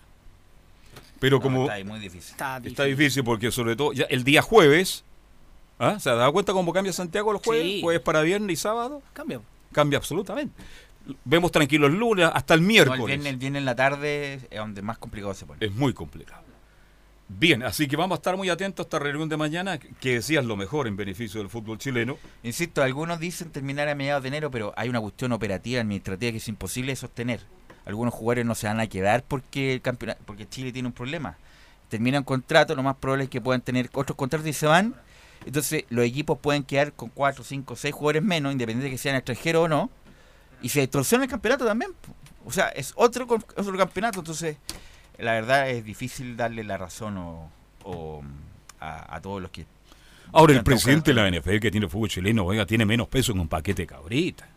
Pero no, como está muy difícil. Está difícil. Está difícil porque sobre todo ya el día jueves, ¿ah? ¿se ha dado cuenta cómo cambia Santiago los jueves? Sí. Jueves para viernes y sábado. Cambia. Cambia absolutamente. Vemos tranquilos el lunes hasta el No, miércoles. el viernes, el viernes en la tarde es donde más complicado se pone. Es muy complicado. Bien, así que vamos a estar muy atentos a esta reunión de mañana, que decías lo mejor en beneficio del fútbol chileno. Insisto, algunos dicen terminar a mediados de enero, pero hay una cuestión operativa, administrativa que es imposible de sostener. Algunos jugadores no se van a quedar porque el campeonato, porque Chile tiene un problema. Terminan contrato, lo más probable es que puedan tener otros contratos y se van. Entonces los equipos pueden quedar con cuatro, cinco, seis jugadores menos, independiente de que sean extranjeros o no. Y se distorsiona el campeonato también. O sea, es otro, otro campeonato. Entonces, la verdad es difícil darle la razón o, o a, a todos los que... Ahora, el presidente de la N F L que tiene fútbol chileno, oiga, tiene menos peso que un paquete de cabrita.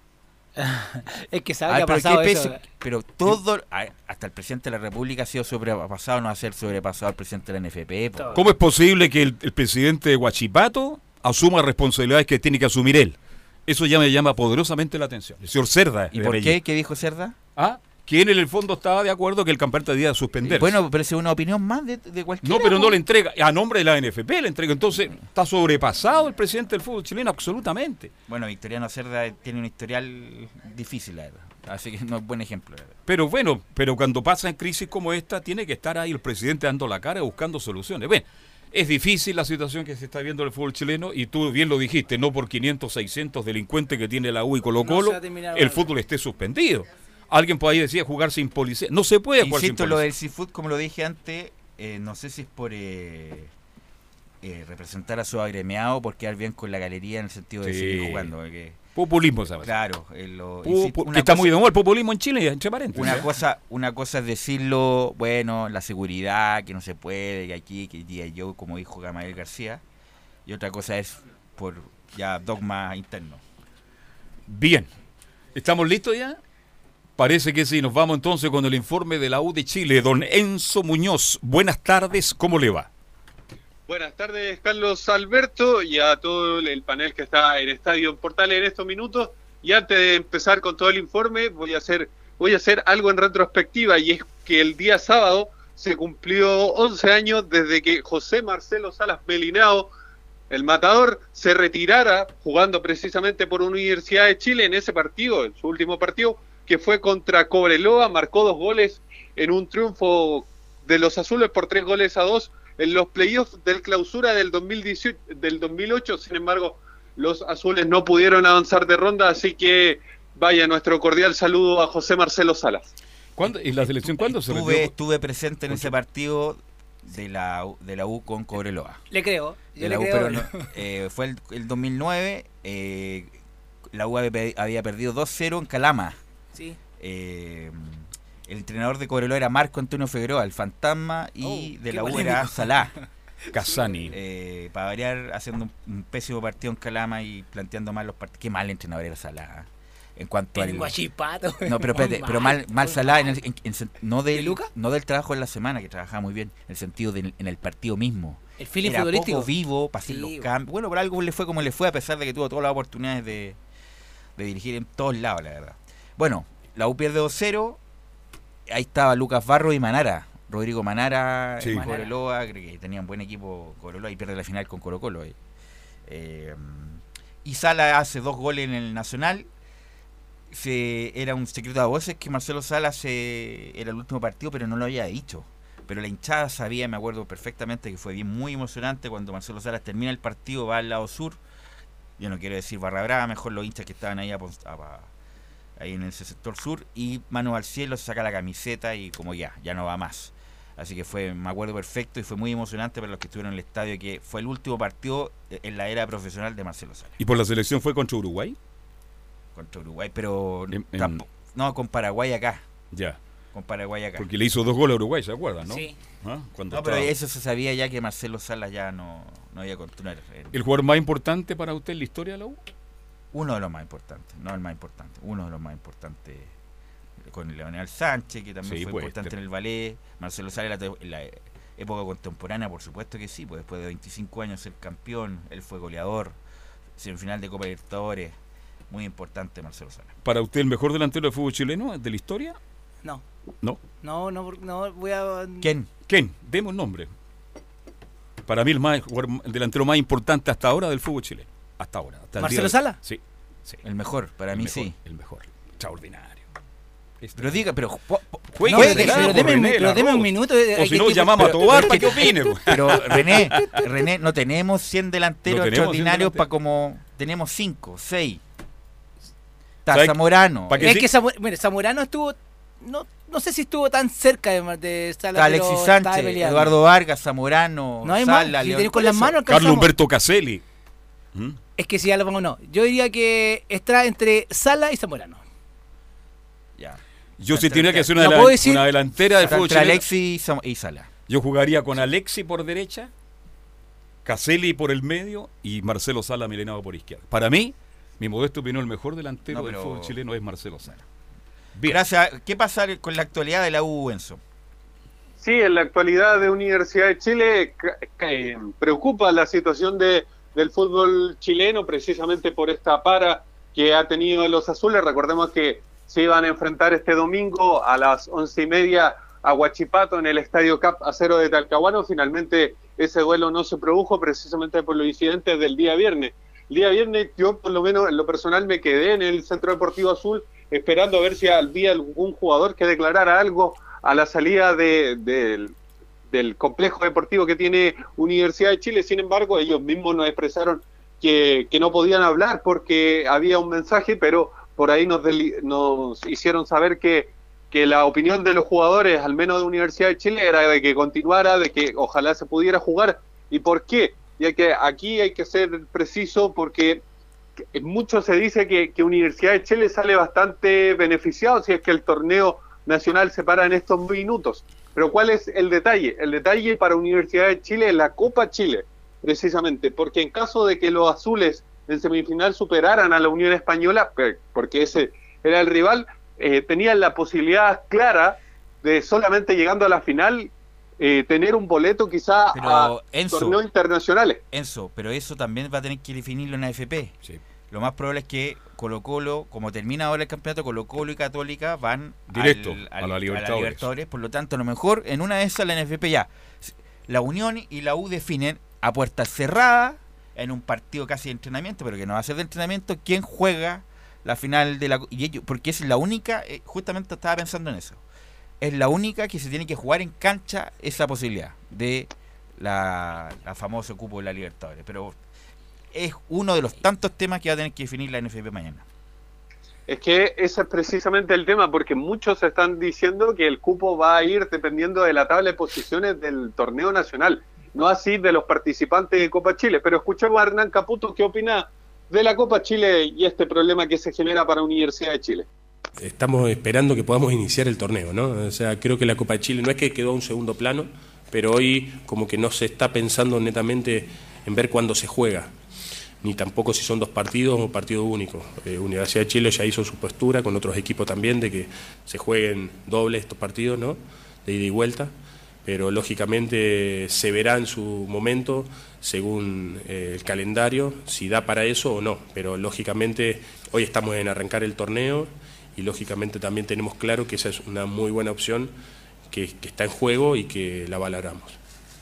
Es que sabe Ah, que ha pero, pasado ¿qué eso. pese- pero todo, ah, hasta el presidente de la República ha sido sobrepasado, no va a ser sobrepasado al presidente de la N F P. po. ¿Cómo es posible que el, el presidente de Huachipato asuma responsabilidades que tiene que asumir él? Eso ya me llama poderosamente la atención. El señor Cerda. ¿Y de por Medellín. qué? ¿Qué dijo Cerda? Ah, que él en el fondo estaba de acuerdo que el campeonato debía suspenderse. Bueno, pero es una opinión más de, de cualquiera. No, pero no po. le entrega, a nombre de la N F P le entrega. Entonces, está sobrepasado el presidente del fútbol chileno, absolutamente. Bueno, Victoriano Cerda tiene un historial difícil, la verdad. Así que no es buen ejemplo, la verdad. Pero bueno, pero cuando pasa en crisis como esta, tiene que estar ahí el presidente dando la cara y buscando soluciones. Ven, es difícil la situación que se está viendo en el fútbol chileno y tú bien lo dijiste, no por quinientos, seiscientos delincuentes que tiene la U y Colo No se Colo, va a terminar el algo. fútbol esté suspendido. Alguien por ahí decía jugar sin policía. No se puede jugar Insisto, sin lo policía. del Seafood, como lo dije antes, eh, no sé si es por eh, eh, representar a su agremiado o por quedar bien con la galería en el sentido de Sí. seguir jugando. porque- Populismo, ¿sabes? Claro. eh, lo- Pu- insisto, pu- una que está cosa- muy de moda el populismo en Chile, entre paréntesis. Una ¿eh? cosa, una cosa es decirlo, bueno, la seguridad, que no se puede, que aquí, que día yo, como dijo Gamaliel García, y otra cosa es por ya dogma interno. Bien, ¿estamos listos ya? Parece que sí, nos vamos entonces con el informe de la U de Chile. Don Enzo Muñoz, buenas tardes, ¿cómo le va? Buenas tardes, Carlos Alberto, y a todo el panel que está en Estadio Portales en estos minutos. Y antes de empezar con todo el informe, voy a hacer, voy a hacer algo en retrospectiva, y es que el día sábado se cumplió once años desde que José Marcelo Salas Melinao, el matador, se retirara jugando precisamente por Universidad de Chile en ese partido, en su último partido, que fue contra Cobreloa. Marcó dos goles en un triunfo de los azules por tres goles a dos en los playoffs del clausura del dos mil dieciocho, del dos mil ocho. Sin embargo, los azules no pudieron avanzar de ronda, así que vaya nuestro cordial saludo a José Marcelo Salas. ¿Cuándo, ¿Y la selección cuándo se Estuve, retiró? estuve presente en ese partido de la, U- de la U con Cobreloa. Le creo. Yo De le la U, creo. pero no, eh, fue el, el dos mil nueve, eh, la U había, pe- había perdido dos cero en Calama. Sí. Eh, el entrenador de Cobreloa era Marco Antonio Figueroa, el fantasma, y Oh, de qué la U polémico. era Salá. Casani. Eh, para variar, haciendo un, un pésimo partido en Calama y planteando mal los partidos. Qué mal entrenador era Salá. En cuanto En al... Guachipato. No, pero espérate, Muy pero mal, mal muy Salá, en mal. el- en- en sen- no, del, ¿De Luca? no del trabajo en la semana, que trabajaba muy bien, en el sentido de en el partido mismo. El feeling Era futbolístico. poco vivo, para hacer Sí, los bo. cambios. Bueno, por algo le fue como le fue, a pesar de que tuvo todas las oportunidades de, de dirigir en todos lados, la verdad. Bueno, la U pierde dos cero. Ahí estaba Lucas Barro y Manara. Rodrigo Manara, Sí. en Manara. Cobreloa, creo que tenían buen equipo Cobreloa y pierde la final con Colo Colo. ahí. Eh, y Sala hace dos goles en el Nacional. Se, era un secreto a voces que Marcelo Salas eh, era el último partido, pero no lo había dicho. Pero la hinchada sabía, me acuerdo perfectamente, que fue bien muy emocionante cuando Marcelo Salas termina el partido, va al lado sur. Yo no quiero decir barra brava, mejor los hinchas que estaban ahí, a, a- ahí en ese sector sur. Y mano al cielo, se saca la camiseta y como ya, ya no va más. Así que fue, me acuerdo perfecto y fue muy emocionante para los que estuvieron en el estadio, que fue el último partido en la era profesional de Marcelo Salas. ¿Y por la selección fue contra Uruguay? Contra Uruguay, pero En- en- tampo- no, con Paraguay acá. Ya. Con Paraguay acá. Porque le hizo dos goles a Uruguay, ¿se acuerdan, no? Sí. ¿Ah? Cuando No, pero estaba- eso se sabía ya que Marcelo Salas ya no, no iba a continuar. en- ¿El jugador más importante para usted en la historia de la U? Uno de los más importantes, no el más importante, uno de los más importantes. Con Leonel Sánchez, que también Sí, fue pues, importante te- en el ballet. Marcelo Salas en la, te- en la época contemporánea, por supuesto que sí, pues después de veinticinco años ser campeón, él fue goleador, semifinal de Copa Libertadores, muy importante Marcelo Salas. ¿Para usted el mejor delantero del fútbol chileno de la historia? No. No. No, no, no, voy a... ¿Quién? ¿Quién? Demos un nombre. Para mí el, más, el delantero más importante hasta ahora del fútbol chileno. Hasta ahora. Hasta el ¿Marcelo día de- Sala? Sí. sí. El mejor, para El mí mejor, sí. El mejor. Extraordinario. Este- Pero diga, pero... po- po- Juegue, No, juegue, pero, claro, deme, René, pero la deme un Rosa. minuto. eh, O hay si que- no, que- llamamos a pero- Tobar pero- para que opine. pues. Pero René, René, no tenemos cien delanteros No tenemos cien extraordinarios delanteros. para como... Tenemos cinco, seis. Está ¿Sabe- Zamorano. pa' que Es sí? que Samu- mire, Zamorano estuvo... No, no sé si estuvo tan cerca de, de Sala, Está pero Alexis estaba Sánchez, peleando. Eduardo Vargas, Zamorano, No hay más, Sala, si León- tenés con por las eso. manos Carlos alcanzamos. Humberto Caselli. ¿Mm? Es que si ya lo pongo, no. Yo diría que está entre Sala y Zamorano. Ya. Yo Entre- si tenía que hacer una, ¿No delan- puedo decir? una delantera del Está fútbol entre chileno, Alexis y Sam- y Sala. yo jugaría con Alexi por derecha, Caselli por el medio y Marcelo Sala Milenado por izquierda. Para mí, mi modesto opinión, el mejor delantero No, del pero- fútbol chileno es Marcelo Sala. Gracias. ¿Qué pasa con la actualidad de la U, Enzo? Sí, en la actualidad de Universidad de Chile ca- ca- eh, preocupa la situación de, del fútbol chileno precisamente por esta para que ha tenido los azules. Recordemos que se iban a enfrentar este domingo a las once y media a Huachipato en el Estadio Cap Acero de Talcahuano. Finalmente ese duelo no se produjo precisamente por los incidentes del día viernes. El día viernes yo por lo menos en lo personal me quedé en el Centro Deportivo Azul esperando a ver si había algún jugador que declarara algo a la salida de, de, del complejo deportivo que tiene Universidad de Chile. Sin embargo, ellos mismos nos expresaron que, que no podían hablar porque había un mensaje, pero por ahí nos, deli- nos hicieron saber que, que la opinión de los jugadores, al menos de Universidad de Chile, era de que continuara, de que ojalá se pudiera jugar. ¿Y por qué? Ya que aquí hay que ser preciso porque mucho se dice que, que Universidad de Chile sale bastante beneficiado si es que el torneo nacional se para en estos minutos. Pero ¿cuál es el detalle? El detalle para Universidad de Chile es la Copa Chile, precisamente, porque en caso de que los azules en semifinal superaran a la Unión Española, porque ese era el rival, eh, tenían la posibilidad clara de solamente llegando a la final eh, tener un boleto quizá Pero, a Enzo, torneos internacionales. Enzo, pero eso también va a tener que definirlo en la A F P. Sí. Lo más probable es que Colo Colo, como termina ahora el campeonato, Colo Colo y Católica van Directo al- a la al- Libertadores. Libertadores. Por lo tanto, a lo mejor en una de esas la N F P ya. La Unión y la U definen a puertas cerradas, en un partido casi de entrenamiento, pero que no va a ser de entrenamiento, quién juega la final de la... Y ellos, porque es la única, eh, justamente estaba pensando en eso, es la única que se tiene que jugar en cancha esa posibilidad de la, la famoso cupo de la Libertadores. Pero es uno de los tantos temas que va a tener que definir la N F P mañana. Es que ese es precisamente el tema, porque muchos están diciendo que el cupo va a ir dependiendo de la tabla de posiciones del torneo nacional, no así de los participantes de Copa Chile. Pero escuchemos a Hernán Caputo, ¿qué opina de la Copa Chile y este problema que se genera para Universidad de Chile? Estamos esperando que podamos iniciar el torneo, ¿no? O sea, creo que la Copa de Chile no es que quedó a un segundo plano, pero hoy como que no se está pensando netamente en ver cuándo se juega, ni tampoco si son dos partidos o partido único. Eh, Universidad de Chile ya hizo su postura con otros equipos también de que se jueguen doble estos partidos, ¿no? De ida y vuelta, pero lógicamente se verá en su momento según eh, el calendario si da para eso o no, pero lógicamente hoy estamos en arrancar el torneo y lógicamente también tenemos claro que esa es una muy buena opción que, que está en juego y que la valoramos.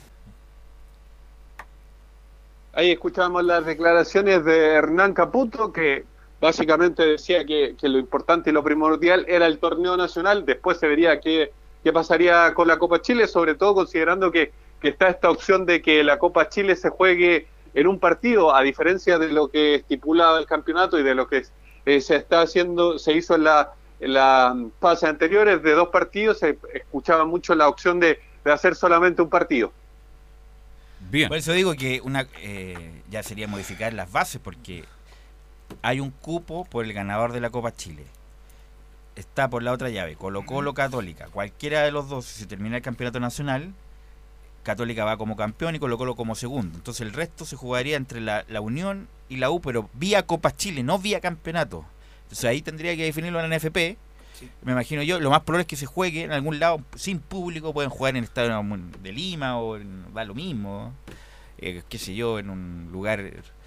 Ahí escuchamos las declaraciones de Hernán Caputo, que básicamente decía que, que lo importante y lo primordial era el torneo nacional. Después se vería qué, qué pasaría con la Copa Chile, sobre todo considerando que, que está esta opción de que la Copa Chile se juegue en un partido, a diferencia de lo que estipulaba el campeonato y de lo que eh, se está haciendo, se hizo en la, en la fase anteriores de dos partidos. Se escuchaba mucho la opción de, de hacer solamente un partido. Bien. Por eso digo que una eh, ya sería modificar las bases, porque hay un cupo por el ganador de la Copa Chile. Está por la otra llave, Colo Colo, Católica. Cualquiera de los dos, si se termina el campeonato nacional, Católica va como campeón y Colo Colo como segundo. Entonces el resto se jugaría entre la, la Unión y la U, pero vía Copa Chile, no vía campeonato. Entonces ahí tendría que definirlo en la N F P. Sí. Me imagino yo, lo más probable es que se juegue en algún lado sin público, pueden jugar en el estadio de Lima o en, va lo mismo, eh, qué sé yo, en un lugar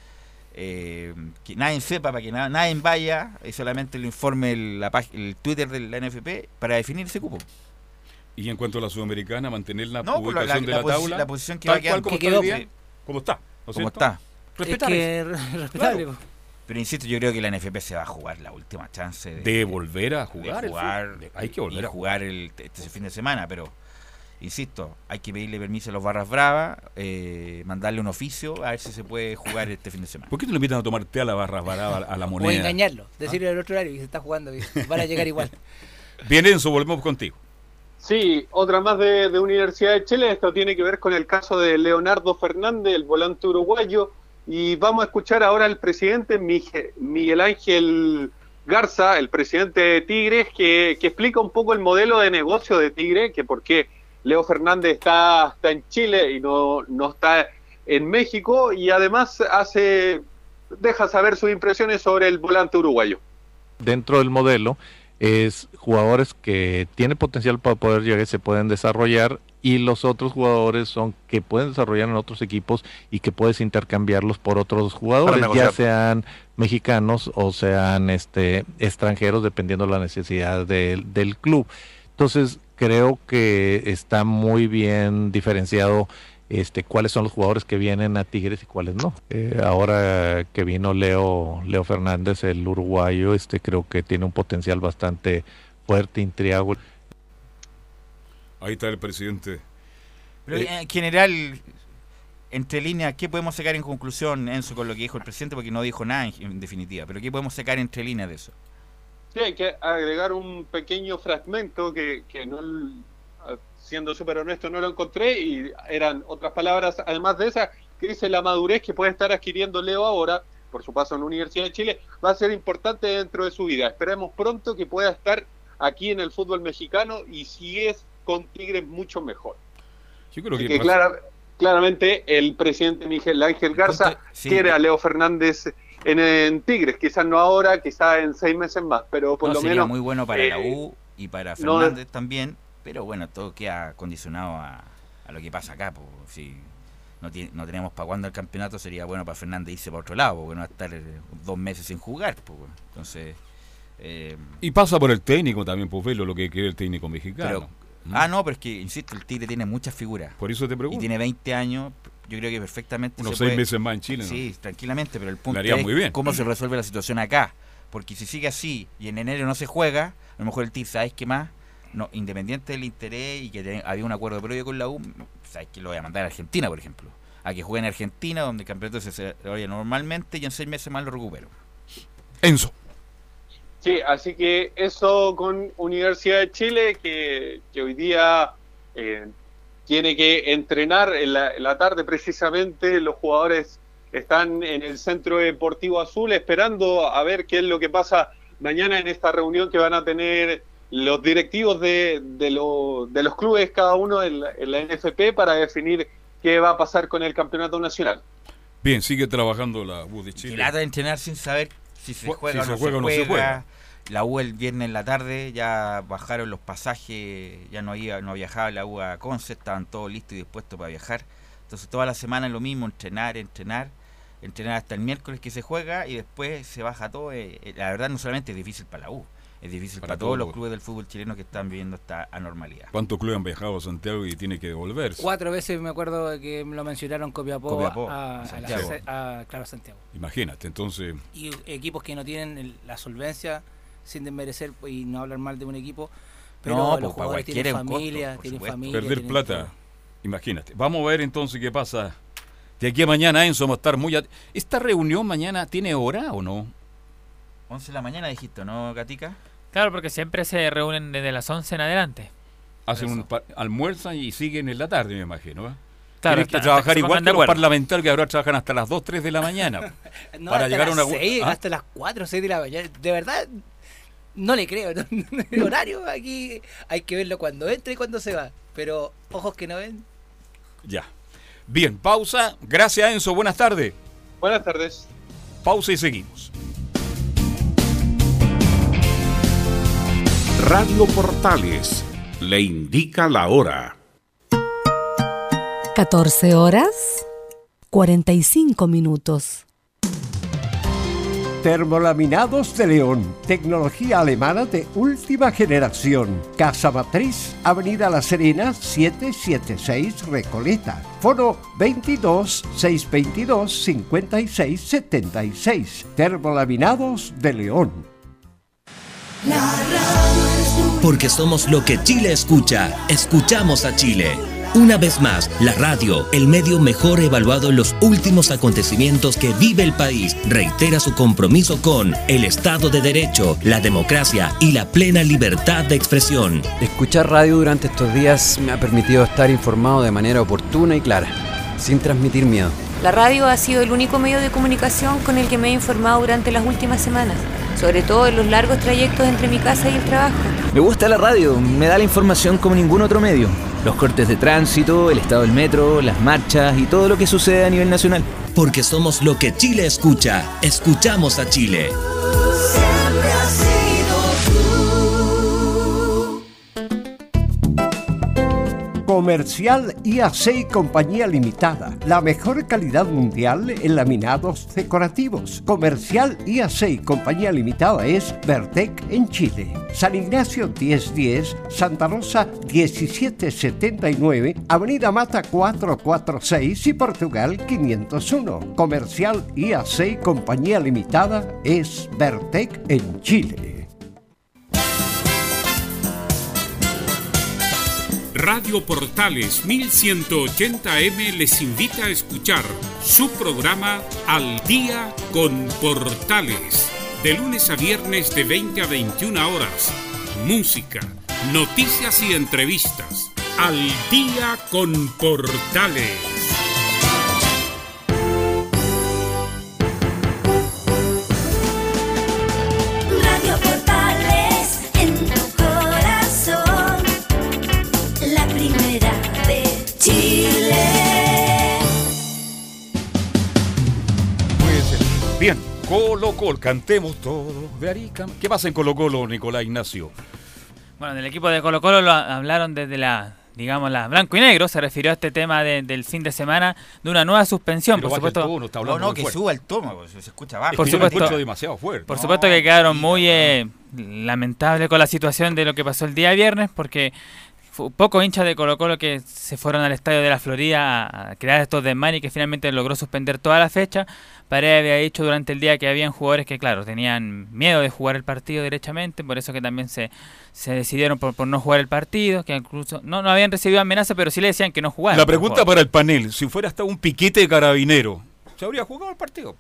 eh, que nadie sepa, para que na, nadie vaya, y solamente lo informe el, la, el Twitter de la N F P para definir ese cupo. Y en cuanto a la Sudamericana, mantener la no, ubicación la, la, de la, la tabla, la posición que tal va a quedar, cual como que está, quedó, día, como está, ¿no como está. Respetable. Es que respetable. Claro. Pero insisto, yo creo que la N F P se va a jugar la última chance de, de volver a jugar. De jugar el hay que volver y a jugar el, este fin de semana, pero insisto, hay que pedirle permiso a los Barras Bravas, eh, mandarle un oficio a ver si se puede jugar este fin de semana. ¿Por qué te lo invitan a tomar té a la Barras Bravas, a la moneda? O engañarlo, decirle al ¿Ah? otro horario que se está jugando, que van a llegar igual. Bien, Enzo, volvemos contigo. Sí, otra más de, de Universidad de Chile. Esto tiene que ver con el caso de Leonardo Fernández, el volante uruguayo. Y vamos a escuchar ahora al presidente Miguel Ángel Garza, el presidente de Tigres, que, que explica un poco el modelo de negocio de Tigres, que por qué Leo Fernández está, está en Chile y no, no está en México, y además hace deja saber sus impresiones sobre el volante uruguayo. Dentro del modelo es jugadores que tienen potencial para poder llegar y se pueden desarrollar, y los otros jugadores son que pueden desarrollar en otros equipos y que puedes intercambiarlos por otros jugadores, ya sean mexicanos o sean este extranjeros, dependiendo de la necesidad de, del club. Entonces creo que está muy bien diferenciado este cuáles son los jugadores que vienen a Tigres y cuáles no. Eh, ahora que vino Leo Leo Fernández, el uruguayo, este creo que tiene un potencial bastante fuerte, intriago. Ahí está el presidente. Pero eh, en general, entre líneas, ¿qué podemos sacar en conclusión, Enzo, con lo que dijo el presidente? Porque no dijo nada en, en definitiva, pero ¿qué podemos sacar entre líneas de eso? Sí, hay que agregar un pequeño fragmento que, que no, siendo súper honesto, no lo encontré, y eran otras palabras, además de esa, que dice: la madurez que puede estar adquiriendo Leo ahora, por su paso en la Universidad de Chile, va a ser importante dentro de su vida. Esperemos pronto que pueda estar aquí en el fútbol mexicano, y si es con Tigres, mucho mejor. Yo creo que, que clara, claramente el presidente Miguel Ángel Garza Entonces, sí, quiere a Leo Fernández en, en Tigres, quizás no ahora, quizás en seis meses más, pero por no, lo sería menos muy bueno para eh, la U y para Fernández no, también, pero bueno, todo queda condicionado a, a lo que pasa acá. Pues, si no, tiene, no tenemos para cuándo el campeonato, sería bueno para Fernández irse para otro lado, porque no va a estar eh, dos meses sin jugar. Pues, entonces eh, y pasa por el técnico también, pues verlo lo que quiere el técnico mexicano. Pero, Ah, no, pero es que, insisto, el Tigre tiene muchas figuras. Por eso te pregunto. Y tiene veinte años, yo creo que perfectamente unos se seis puede... meses más en Chile, ¿no? Sí, tranquilamente, pero el punto es muy bien. cómo se resuelve la situación acá. Porque si sigue así y en enero no se juega, a lo mejor el Tigre, ¿sabes qué más? No, independiente del interés y que te, había un acuerdo previo con la U, ¿sabes qué? Lo voy a mandar a Argentina, por ejemplo. A que juegue en Argentina, donde el campeonato se desarrolla normalmente, y en seis meses más lo recupero. Enzo. Sí, así que eso con Universidad de Chile, que, que hoy día... Eh, tiene que entrenar en la, en la tarde precisamente. Los jugadores están en el Centro Deportivo Azul esperando a ver qué es lo que pasa mañana en esta reunión que van a tener los directivos de, de, lo, de los clubes, cada uno en la, en la N F P, para definir qué va a pasar con el campeonato nacional. Bien, sigue trabajando la U de Chile. Y lata de entrenar sin saber si se juega, si o, no se juega se o no juega. se juega. La U el viernes en la tarde, ya bajaron los pasajes, ya no iba, no viajaba la U a Conce, estaban todos listos y dispuestos para viajar. Entonces toda la semana es lo mismo, entrenar, entrenar, entrenar hasta el miércoles que se juega, y después se baja todo. Eh, eh, la verdad no solamente es difícil para la U, es difícil para, para todos todo. los clubes del fútbol chileno que están viviendo esta anormalidad. ¿Cuántos clubes han viajado a Santiago y tiene que devolverse? Cuatro veces me acuerdo que me lo mencionaron Copiapó, Copiapó a, a, Santiago. A, a claro, Santiago. Imagínate, entonces... Y equipos que no tienen el, la solvencia, sin desmerecer y no hablar mal de un equipo, pero no, los pues, jugadores tienen familia, costo, tienen familia. Perder tienen plata, todo. Imagínate. Vamos a ver entonces qué pasa de aquí a mañana, Enzo. Vamos a estar muy... At... ¿Esta reunión mañana tiene hora o no? once de la mañana dijiste, ¿no, Gatica? Claro, porque siempre se reúnen desde las once en adelante. Hacen un pa- almuerzan y siguen en la tarde, me imagino, ¿eh? Claro, Tienes que trabajar igual que los parlamentarios, que ahora trabajan hasta las dos, tres de la mañana. no, para hasta llegar las a una... seis, ¿Ah? hasta las cuatro, seis de la mañana. De verdad, no le creo. ¿no? El horario aquí hay que verlo cuando entra y cuando se va. Pero ojos que no ven. Ya. Bien, pausa. Gracias, Enzo. Buenas tardes. Buenas tardes. Pausa y seguimos. Radio Portales le indica la hora. catorce horas, cuarenta y cinco minutos. Termolaminados de León, tecnología alemana de última generación. Casa Matriz, Avenida La Serena, setecientos setenta y seis Recoleta. Foro veintidós, seiscientos veintidós, cincuenta y seis setenta y seis. Termolaminados de León. Porque somos lo que Chile escucha. Escuchamos a Chile. Una vez más, la radio, el medio mejor evaluado en los últimos acontecimientos que vive el país, reitera su compromiso con el Estado de Derecho, la democracia y la plena libertad de expresión. Escuchar radio durante estos días me ha permitido estar informado de manera oportuna y clara, sin transmitir miedo. La radio ha sido el único medio de comunicación con el que me he informado durante las últimas semanas, sobre todo en los largos trayectos entre mi casa y el trabajo. Me gusta la radio, me da la información como ningún otro medio. los cortes de tránsito, el estado del metro, las marchas y todo lo que sucede a nivel nacional. Porque somos lo que Chile escucha. Escuchamos a Chile. Siempre has sido tú. Comercial I A C y Compañía Limitada. La mejor calidad mundial en laminados decorativos. Comercial I A C y Compañía Limitada es Vertec en Chile. San Ignacio diez diez, Santa Rosa diecisiete setenta y nueve, Avenida Mata cuatrocientos cuarenta y seis y Portugal quinientos uno. Comercial I A C y Compañía Limitada es Vertec en Chile. Radio Portales mil ciento ochenta eme les invita a escuchar su programa Al Día con Portales. De lunes a viernes de veinte a veintiuna horas. Música, noticias y entrevistas. Al Día con Portales. Radio Portales en tu corazón, la primera de Chile. Pues bien, Colo Colo, cantemos todo de Arica. ¿Qué pasa en Colo Colo, Nicolás Ignacio? Bueno, del equipo de Colo Colo lo hablaron desde la, digamos, la blanco y negro. Se refirió a este tema de, del fin de semana de una nueva suspensión. Pero por supuesto, tono, está no, no, que fuerte. Suba el tono, se escucha bajo. Por es que supuesto, yo me escucho demasiado fuerte. Por no, supuesto que quedaron muy eh, lamentables con la situación de lo que pasó el día viernes, porque fue pocos hinchas de Colo Colo que se fueron al estadio de la Florida a, a crear estos desmanes y que finalmente logró suspender toda la fecha. Paredes había dicho durante el día que habían jugadores que, claro, tenían miedo de jugar el partido derechamente, por eso que también se, se decidieron por, por no jugar el partido, que incluso no, no habían recibido amenaza, pero sí le decían que no jugaran. La pregunta para el panel, si fuera hasta un piquete de carabinero, ¿se habría jugado el partido?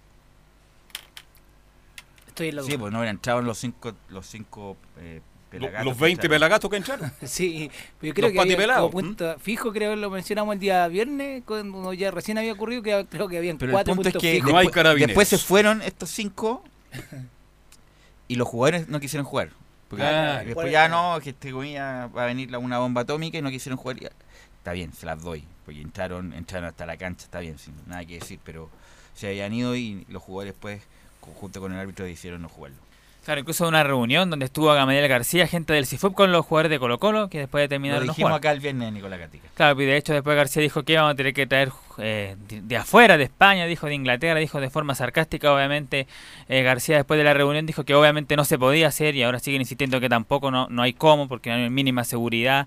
Estoy en la Sí, pues no habrían entrado los cinco, los cinco eh, pelagatos. Los veinte pelagatos que entraron. Sí, pero yo creo los que había como punto fijo, creo que lo mencionamos el día viernes, cuando ya recién había ocurrido, que creo que habían pero cuatro el punto puntos es que fijos. no hay carabineros. Después se fueron estos cinco y los jugadores no quisieron jugar. Porque Claro. después ya no, que este comía va a venir la- una bomba atómica y no quisieron jugar. Ya. Está bien, se las doy, porque entraron, entraron hasta la cancha, está bien, sin nada que decir, pero se habían ido y los jugadores después, junto con el árbitro, decidieron no jugarlo. Claro, incluso una reunión donde estuvo Gamaliel García, gente del C I F U P con los jugadores de Colo Colo, que después de terminar Lo no dijimos jugaron. acá el viernes, Nicolás Gatica. Claro, y de hecho después García dijo que íbamos a tener que traer eh, de, de afuera, de España, dijo de Inglaterra, dijo de forma sarcástica, obviamente eh, García después de la reunión dijo que obviamente no se podía hacer y ahora siguen insistiendo que tampoco no, no hay cómo porque no hay mínima seguridad.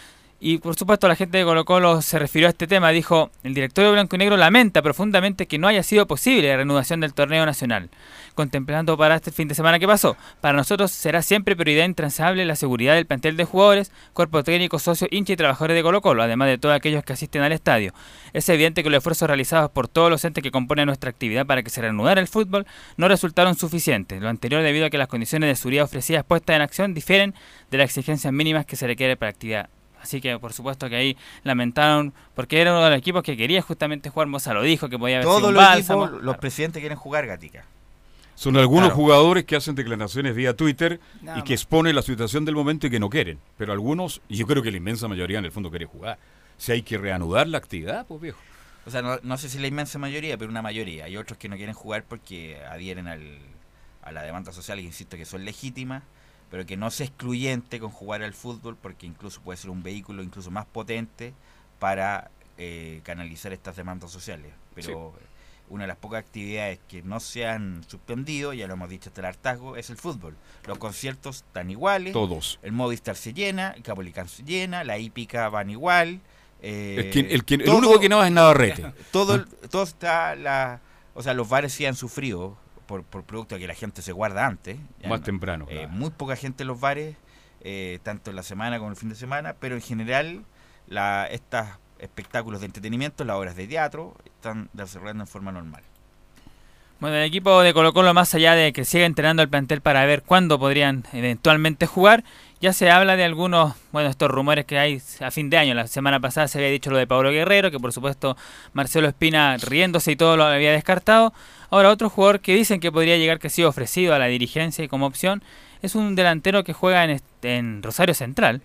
Y por supuesto la gente de Colo Colo se refirió a este tema, dijo, el directorio blanco y negro lamenta profundamente que no haya sido posible la reanudación del torneo nacional. Contemplando para este fin de semana que pasó, para nosotros será siempre prioridad intransable la seguridad del plantel de jugadores, cuerpo técnico, socios, hinchas y trabajadores de Colo Colo, además de todos aquellos que asisten al estadio. Es evidente que los esfuerzos realizados por todos los entes que componen nuestra actividad para que se reanudara el fútbol no resultaron suficientes, lo anterior debido a que las condiciones de seguridad ofrecidas puestas en acción difieren de las exigencias mínimas que se requiere para la actividad. Así que por supuesto que ahí lamentaron, porque era uno de los equipos que quería justamente jugar, Moza lo dijo, que podía haber sido Todos un los bálsamo. equipos, los presidentes quieren jugar, Gatica. Son algunos Claro. jugadores que hacen declaraciones vía Twitter Nada y que más. exponen la situación del momento y que no quieren. Pero algunos, y yo creo que la inmensa mayoría en el fondo quiere jugar. Si hay que reanudar la actividad, pues viejo. O sea, no, no sé si la inmensa mayoría, pero una mayoría. Hay otros que no quieren jugar porque adhieren al, a la demanda social, que insisto que son legítimas, pero que no sea excluyente con jugar al fútbol, porque incluso puede ser un vehículo incluso más potente para eh, canalizar estas demandas sociales. Pero Sí. una de las pocas actividades que no se han suspendido, ya lo hemos dicho hasta el hartazgo, es el fútbol. Los conciertos están iguales. Todos. El Movistar se llena, el Capolicán se llena, la hípica van igual. Eh, El, que- el, que- el todo- único que no va es Navarrete. todo, ¿Ah? todo está la, o sea, los bares sí han sufrido por, por producto de que la gente se guarda antes. Ya Más no- temprano. eh, claro. muy poca gente en los bares, eh, tanto en la semana como el fin de semana, pero en general la, estos espectáculos de entretenimiento, las obras de teatro, están desarrollando en forma normal. Bueno, el equipo de Colo Colo, más allá de que siga entrenando el plantel para ver cuándo podrían eventualmente jugar, ya se habla de algunos, bueno, estos rumores que hay a fin de año. La semana pasada se había dicho lo de Pablo Guerrero, que por supuesto Marcelo Espina riéndose y todo lo había descartado. Ahora otro jugador que dicen que podría llegar, que ha sido ofrecido a la dirigencia y como opción, es un delantero que juega en, este- en Rosario Central,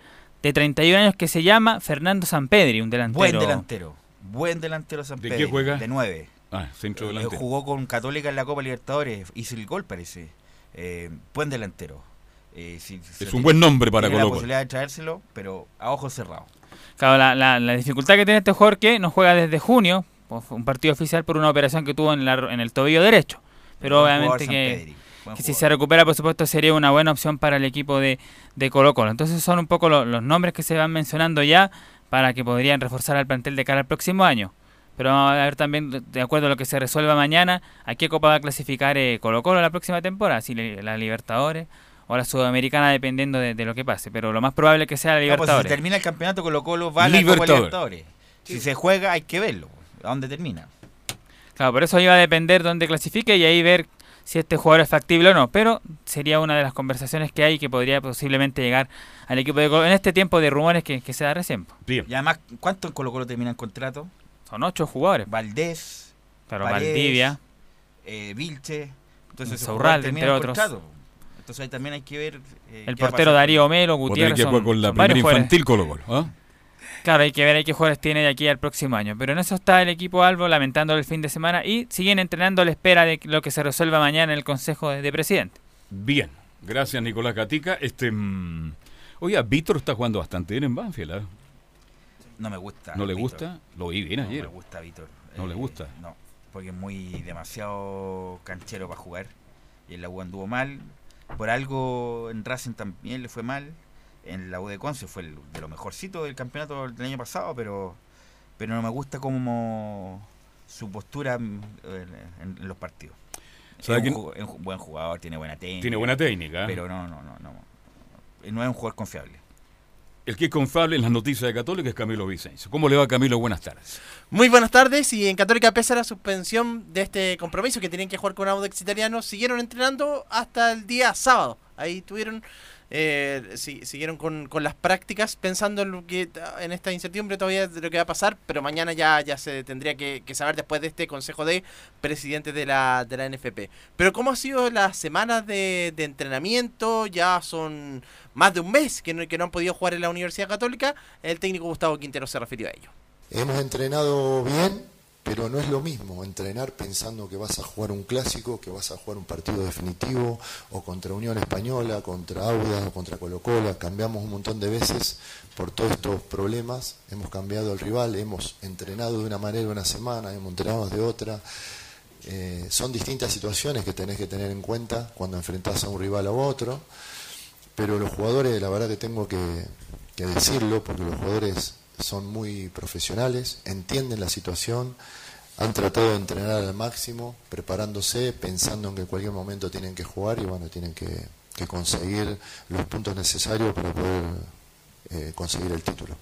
de treinta y un años que se llama Fernando Sampedri, un delantero. Buen delantero. Buen delantero Sampedri. ¿De qué juega? De nueve. Ah, centro Eh, delantero. jugó con Católica en la Copa Libertadores. Hizo el gol, parece. Eh, buen delantero. Eh, si, si Es un buen nombre para tiene la Colo-Colo. posibilidad de traérselo, pero a ojos cerrados. Claro, la, la, la dificultad que tiene este jugador que no juega desde junio, pues, fue un partido oficial por una operación que tuvo en, la, en el tobillo derecho. Pero Buen obviamente jugador, que, Sampedri. Buen que si jugador. se recupera, por supuesto, sería una buena opción para el equipo de, de Colo-Colo. Entonces son un poco lo, los nombres que se van mencionando ya para que podrían reforzar al plantel de cara al próximo año. Pero vamos a ver también, de- de acuerdo a lo que se resuelva mañana, a qué copa va a clasificar eh, Colo-Colo la próxima temporada, si le- la Libertadores o la Sudamericana, dependiendo de, de lo que pase. Pero lo más probable es que sea la No, pues, si Libertadores. se termina el campeonato, Colo-Colo va a la Copa Libertadores. Libertadores. Si se juega, hay que verlo. ¿A dónde termina? Claro, por eso iba a depender dónde clasifique y ahí ver si este jugador es factible o no. Pero sería una de las conversaciones que hay que podría posiblemente llegar al equipo de Colo en este tiempo de rumores que, que se da recién. po. Bien. Y además, ¿cuánto en Colo-Colo termina el contrato? Son ocho jugadores. Valdés, Pero Paredes, Valdivia, eh, Vilche. Entonces, esos Insaurralde, jugadores terminan entre el otros. contrato. Entonces ahí también hay que ver. eh, el qué va a portero pasar. Darío Melo, Podría Gutiérrez. que son- juegue con la son primera varios jugadores. infantil Colo-Colo. ¿ah? Claro, hay que ver hay qué jugadores tiene de aquí al próximo año. Pero en eso está el equipo Albo, lamentando el fin de semana y siguen entrenando a la espera de lo que se resuelva mañana en el Consejo de, de Presidente. Bien. Gracias, Nicolás Gatica. Este, mm, oiga, Víctor está jugando bastante bien en Banfield. ¿ah? No me gusta. ¿No le Víctor. gusta? Lo vi bien No ayer. me gusta, Víctor. ¿No le gusta? No, porque es muy demasiado canchero para jugar. Y en la U anduvo mal. Por algo en Racing también le fue mal. En la U de Conce fue el, de lo mejorcito del campeonato del año pasado, pero pero no me gusta como su postura en, en- en los partidos. Es ¿Sabe un, quién? ju- es un buen jugador, tiene buena técnica. Tiene buena técnica. ¿eh? Pero no, no, no, no. No es un jugador confiable. El que es confiable en las noticias de Católica es Camilo Vicencio. ¿Cómo le va, Camilo? Buenas tardes. Muy buenas tardes, y en Católica, pese a la suspensión de este compromiso que tenían que jugar con Audax Italiano, siguieron entrenando hasta el día sábado. Ahí tuvieron, eh, si- siguieron con, con las prácticas, pensando en lo que en esta incertidumbre todavía de lo que va a pasar, pero mañana ya, ya se tendría que, que saber después de este consejo de presidentes de la, de la N F P. Pero ¿cómo ha sido las semanas de, de entrenamiento? Ya son más de un mes que no, que no han podido jugar en la Universidad Católica. El técnico Gustavo Quintero se refirió a ello. Hemos entrenado bien, pero no es lo mismo entrenar pensando que vas a jugar un clásico, que vas a jugar un partido definitivo, o contra Unión Española, contra Audax, o contra Colo-Colo. Cambiamos un montón de veces por todos estos problemas, hemos cambiado el rival, hemos entrenado de una manera una semana, hemos entrenado de otra. Eh, son distintas situaciones que tenés que tener en cuenta cuando enfrentás a un rival a otro, pero los jugadores, la verdad que tengo que, que decirlo, porque los jugadores son muy profesionales, entienden la situación, han tratado de entrenar al máximo, preparándose, pensando en que en cualquier momento tienen que jugar y bueno, tienen que, que conseguir los puntos necesarios para poder eh, conseguir el título.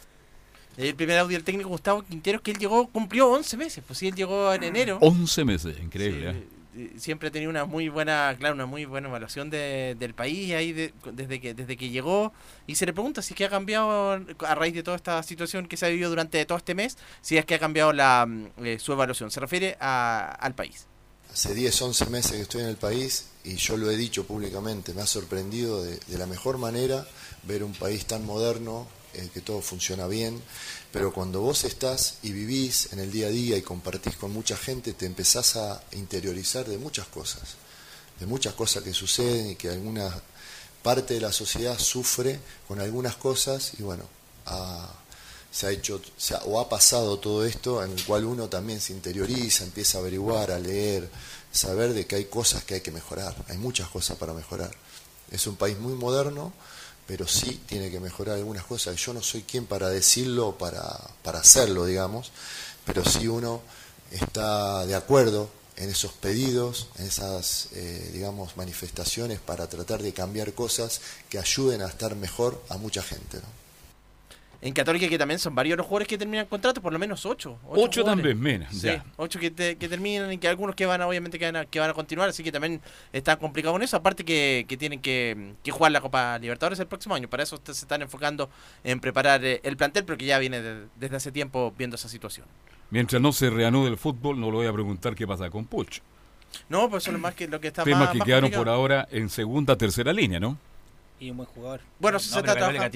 El primer audio del técnico Gustavo Quintero es que él llegó, cumplió once meses, pues sí, él llegó en enero. once meses, increíble. ¿eh? Eh, Siempre ha tenido una muy buena, claro, una muy buena evaluación de, del país ahí de- desde que desde que llegó, y se le pregunta si es que ha cambiado a raíz de toda esta situación que se ha vivido durante todo este mes, si es que ha cambiado la mm, eh, su evaluación. Se refiere a, al país. Hace diez, once meses que estoy en el país y yo lo he dicho públicamente, me ha sorprendido de, de la mejor manera ver un país tan moderno, eh, que todo funciona bien, pero cuando vos estás y vivís en el día a día y compartís con mucha gente, te empezás a interiorizar de muchas cosas, de muchas cosas que suceden y que alguna parte de la sociedad sufre con algunas cosas y bueno, ha, se ha hecho se ha, o ha pasado todo esto en el cual uno también se interioriza, empieza a averiguar, a leer, saber de que hay cosas que hay que mejorar, hay muchas cosas para mejorar. Es un país muy moderno, pero sí tiene que mejorar algunas cosas. Yo no soy quien para decirlo o para, para hacerlo, digamos, pero sí uno está de acuerdo en esos pedidos, en esas, eh, digamos, manifestaciones para tratar de cambiar cosas que ayuden a estar mejor a mucha gente, ¿no? En Católica, que también son varios los jugadores que terminan contrato, por lo menos ocho. Ocho jugadores. también, mira, Sí, ya. ocho que, te- que terminan y que algunos que van a, obviamente, que van a, que van a continuar, así que también está complicado con eso. Aparte que, que tienen que, que jugar la Copa Libertadores el próximo año. Para eso se están enfocando en preparar eh, el plantel, pero que ya viene de- desde hace tiempo viendo esa situación. Mientras no se reanude el fútbol, no le voy a preguntar qué pasa con Puch. No, pues eso es lo más que lo que está Temas más, que más quedaron complicado. por ahora en segunda, tercera línea, ¿no? Y un buen jugador. Bueno, No, se pero está Católica trabajando. tiene que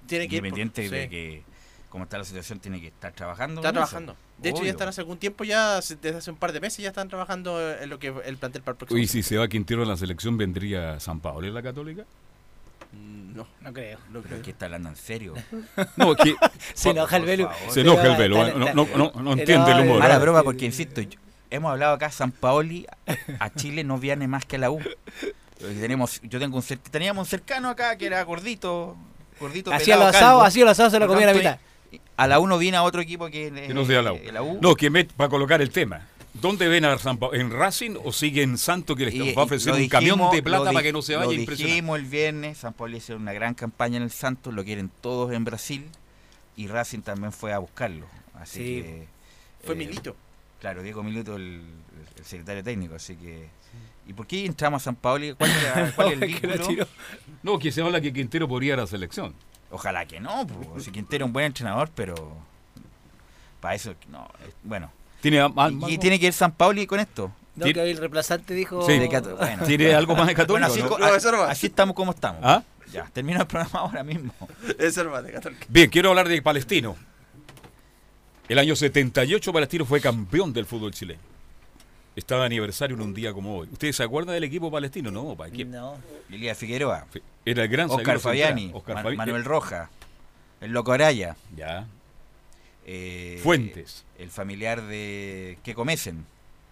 Tiene que ir, Independiente sí. de que, como está la situación, tiene que estar trabajando. Está en trabajando. eso. De hecho, Obvio. ya están hace algún tiempo, ya se- desde hace un par de meses, ya están trabajando en lo que el plantel para el próximo. Oye, si se va Quintero en la selección, ¿vendría San Pablo en la Católica? No, no creo. No creo. ¿Qué está hablando en serio? No, es que... Se enoja el Velu. Se enoja el Velu, no, no, no, no entiende el humor. Mala ¿eh? broma, porque insisto, yo- hemos hablado acá, San Paoli a Chile no viene más que a la U. Tenemos, yo tengo un cer- teníamos un cercano acá que era gordito, gordito. Hacía pelado, los asados, calvo. hacía los asados, se lo Por comía a la tanto, A la U no viene a otro equipo que, Que no sea la U. eh, la U. No, que met, para colocar el tema. ¿Dónde ven a San Pablo? ¿En Racing o sigue en Santo que les Y- va a ofrecer lo un camión dijimos- de plata lo para di- que no se vaya? Lo Impresionante. dijimos el viernes, San Paoli hizo una gran campaña en el Santos, lo quieren todos en Brasil y Racing también fue a buscarlo. Así Sí. que, Fue eh, Milito. Claro, Diego Milito, el, el secretario técnico, así que... ¿Y por qué entramos a San Paoli? ¿Cuál, era- cuál es el Que la vínculo? tiró. No, que se habla que Quintero podría ir a la selección. Ojalá que no, pues, si Quintero es un buen entrenador, pero para eso, no, es- bueno. ¿Tiene, a- y, algo? y tiene que ir San Paoli con esto. No, que el reemplazante dijo... Sí. De Cato- bueno. ¿Tiene algo más de Católica, Bueno, así, no? co- No, a- eso no va. así estamos como estamos. ¿Ah? Ya, termina el programa ahora mismo. Es hermano de Católica. Bien, quiero hablar de Palestino. El año setenta y ocho Palestino fue campeón del fútbol chileno. Estaba de aniversario en un día como hoy. ¿Ustedes se acuerdan del equipo palestino? No, ¿para qué? No. Lilia Figueroa. Era el gran Oscar zaguero central. Fabiani. Oscar Man- Fabi- Manuel Roja. El Loco Araya. Ya. Eh, Fuentes. El familiar de Queco Mesen.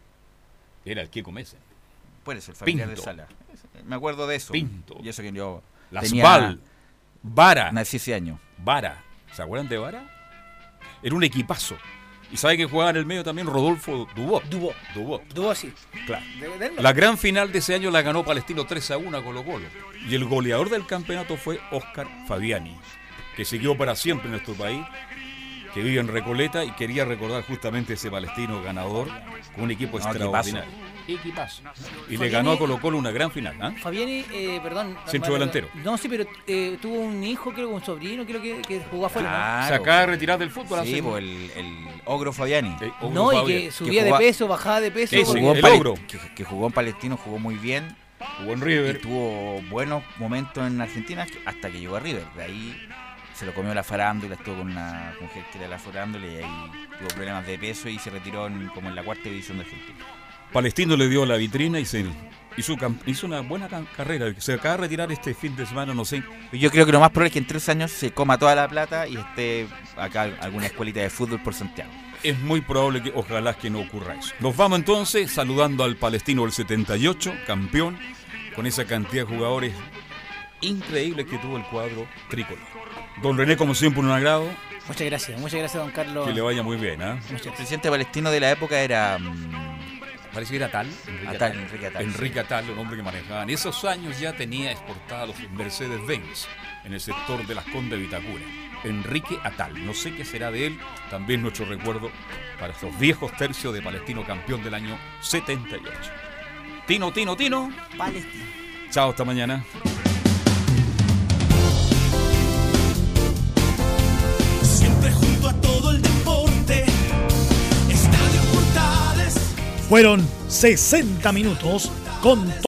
Era el Queco Mesen. Puede ser, el familiar Pinto. de Sala. Me acuerdo de eso. Pinto. Y eso que yo Las tenía Val. Vara. nací ese año. Vara. ¿Se acuerdan de Vara? Era un equipazo. ¿Y sabe que jugaba en el medio también Rodolfo Dubó? Dubó. Dubó. Dubó, sí. Claro. De- del- La gran final de ese año la ganó Palestino tres a uno a Colo Colo. Y el goleador del campeonato fue Oscar Fabiani, que siguió para siempre en nuestro país, que vive en Recoleta y quería recordar justamente ese Palestino ganador con un equipo No, extraordinario. Equipazo. Y le Fabiani- ganó a Colo Colo una gran final. ¿ah? Fabiani, eh, perdón. Centro delantero. No, sí, pero eh, tuvo un hijo, creo que un sobrino, creo que, que jugó afuera, ¿no? Se acaba de retirar del fútbol hace- Sí, pues el, el Ogro Fabiani. Sí, Ogro No, y Fabiani. que subía jugaba- de peso, bajaba de peso. que Ese, jugó en el Pale- Ogro. que, que jugó en Palestino, jugó muy bien. Jugó en River. Y tuvo buenos momentos en Argentina hasta que llegó a River. De ahí se lo comió la farándula, estuvo con una con gente de la farándula y ahí tuvo problemas de peso y se retiró en- como en la cuarta división de Argentina. Palestino le dio la vitrina y se hizo, cam- hizo una buena can- carrera. Se acaba de retirar este fin de semana, no sé. Yo creo que lo más probable es que en tres años se coma toda la plata y esté acá alguna escuelita de fútbol por Santiago. Es muy probable que ojalá que no ocurra eso. Nos vamos entonces saludando al Palestino del setenta y ocho, campeón, con esa cantidad de jugadores increíbles que tuvo el cuadro tricolor. Don René, como siempre, un agrado. Muchas gracias, muchas gracias, don Carlos. Que le vaya muy bien. ¿ah? El presidente palestino de la época era... mm, Parece que era Tal. Enrique Atal, Atal. Enrique Atal, Enrique Atal, un hombre que manejaba. En esos años ya tenía exportados los Mercedes-Benz en el sector de las Condes de Vitacura. Enrique Atal. No sé qué será de él. También nuestro recuerdo para estos viejos tercios de Palestino, campeón del año setenta y ocho. Tino, Tino, Tino. Palestino. Chao, hasta mañana. Siempre junto a todo el deporte. Estadio Portales. Fueron sesenta minutos con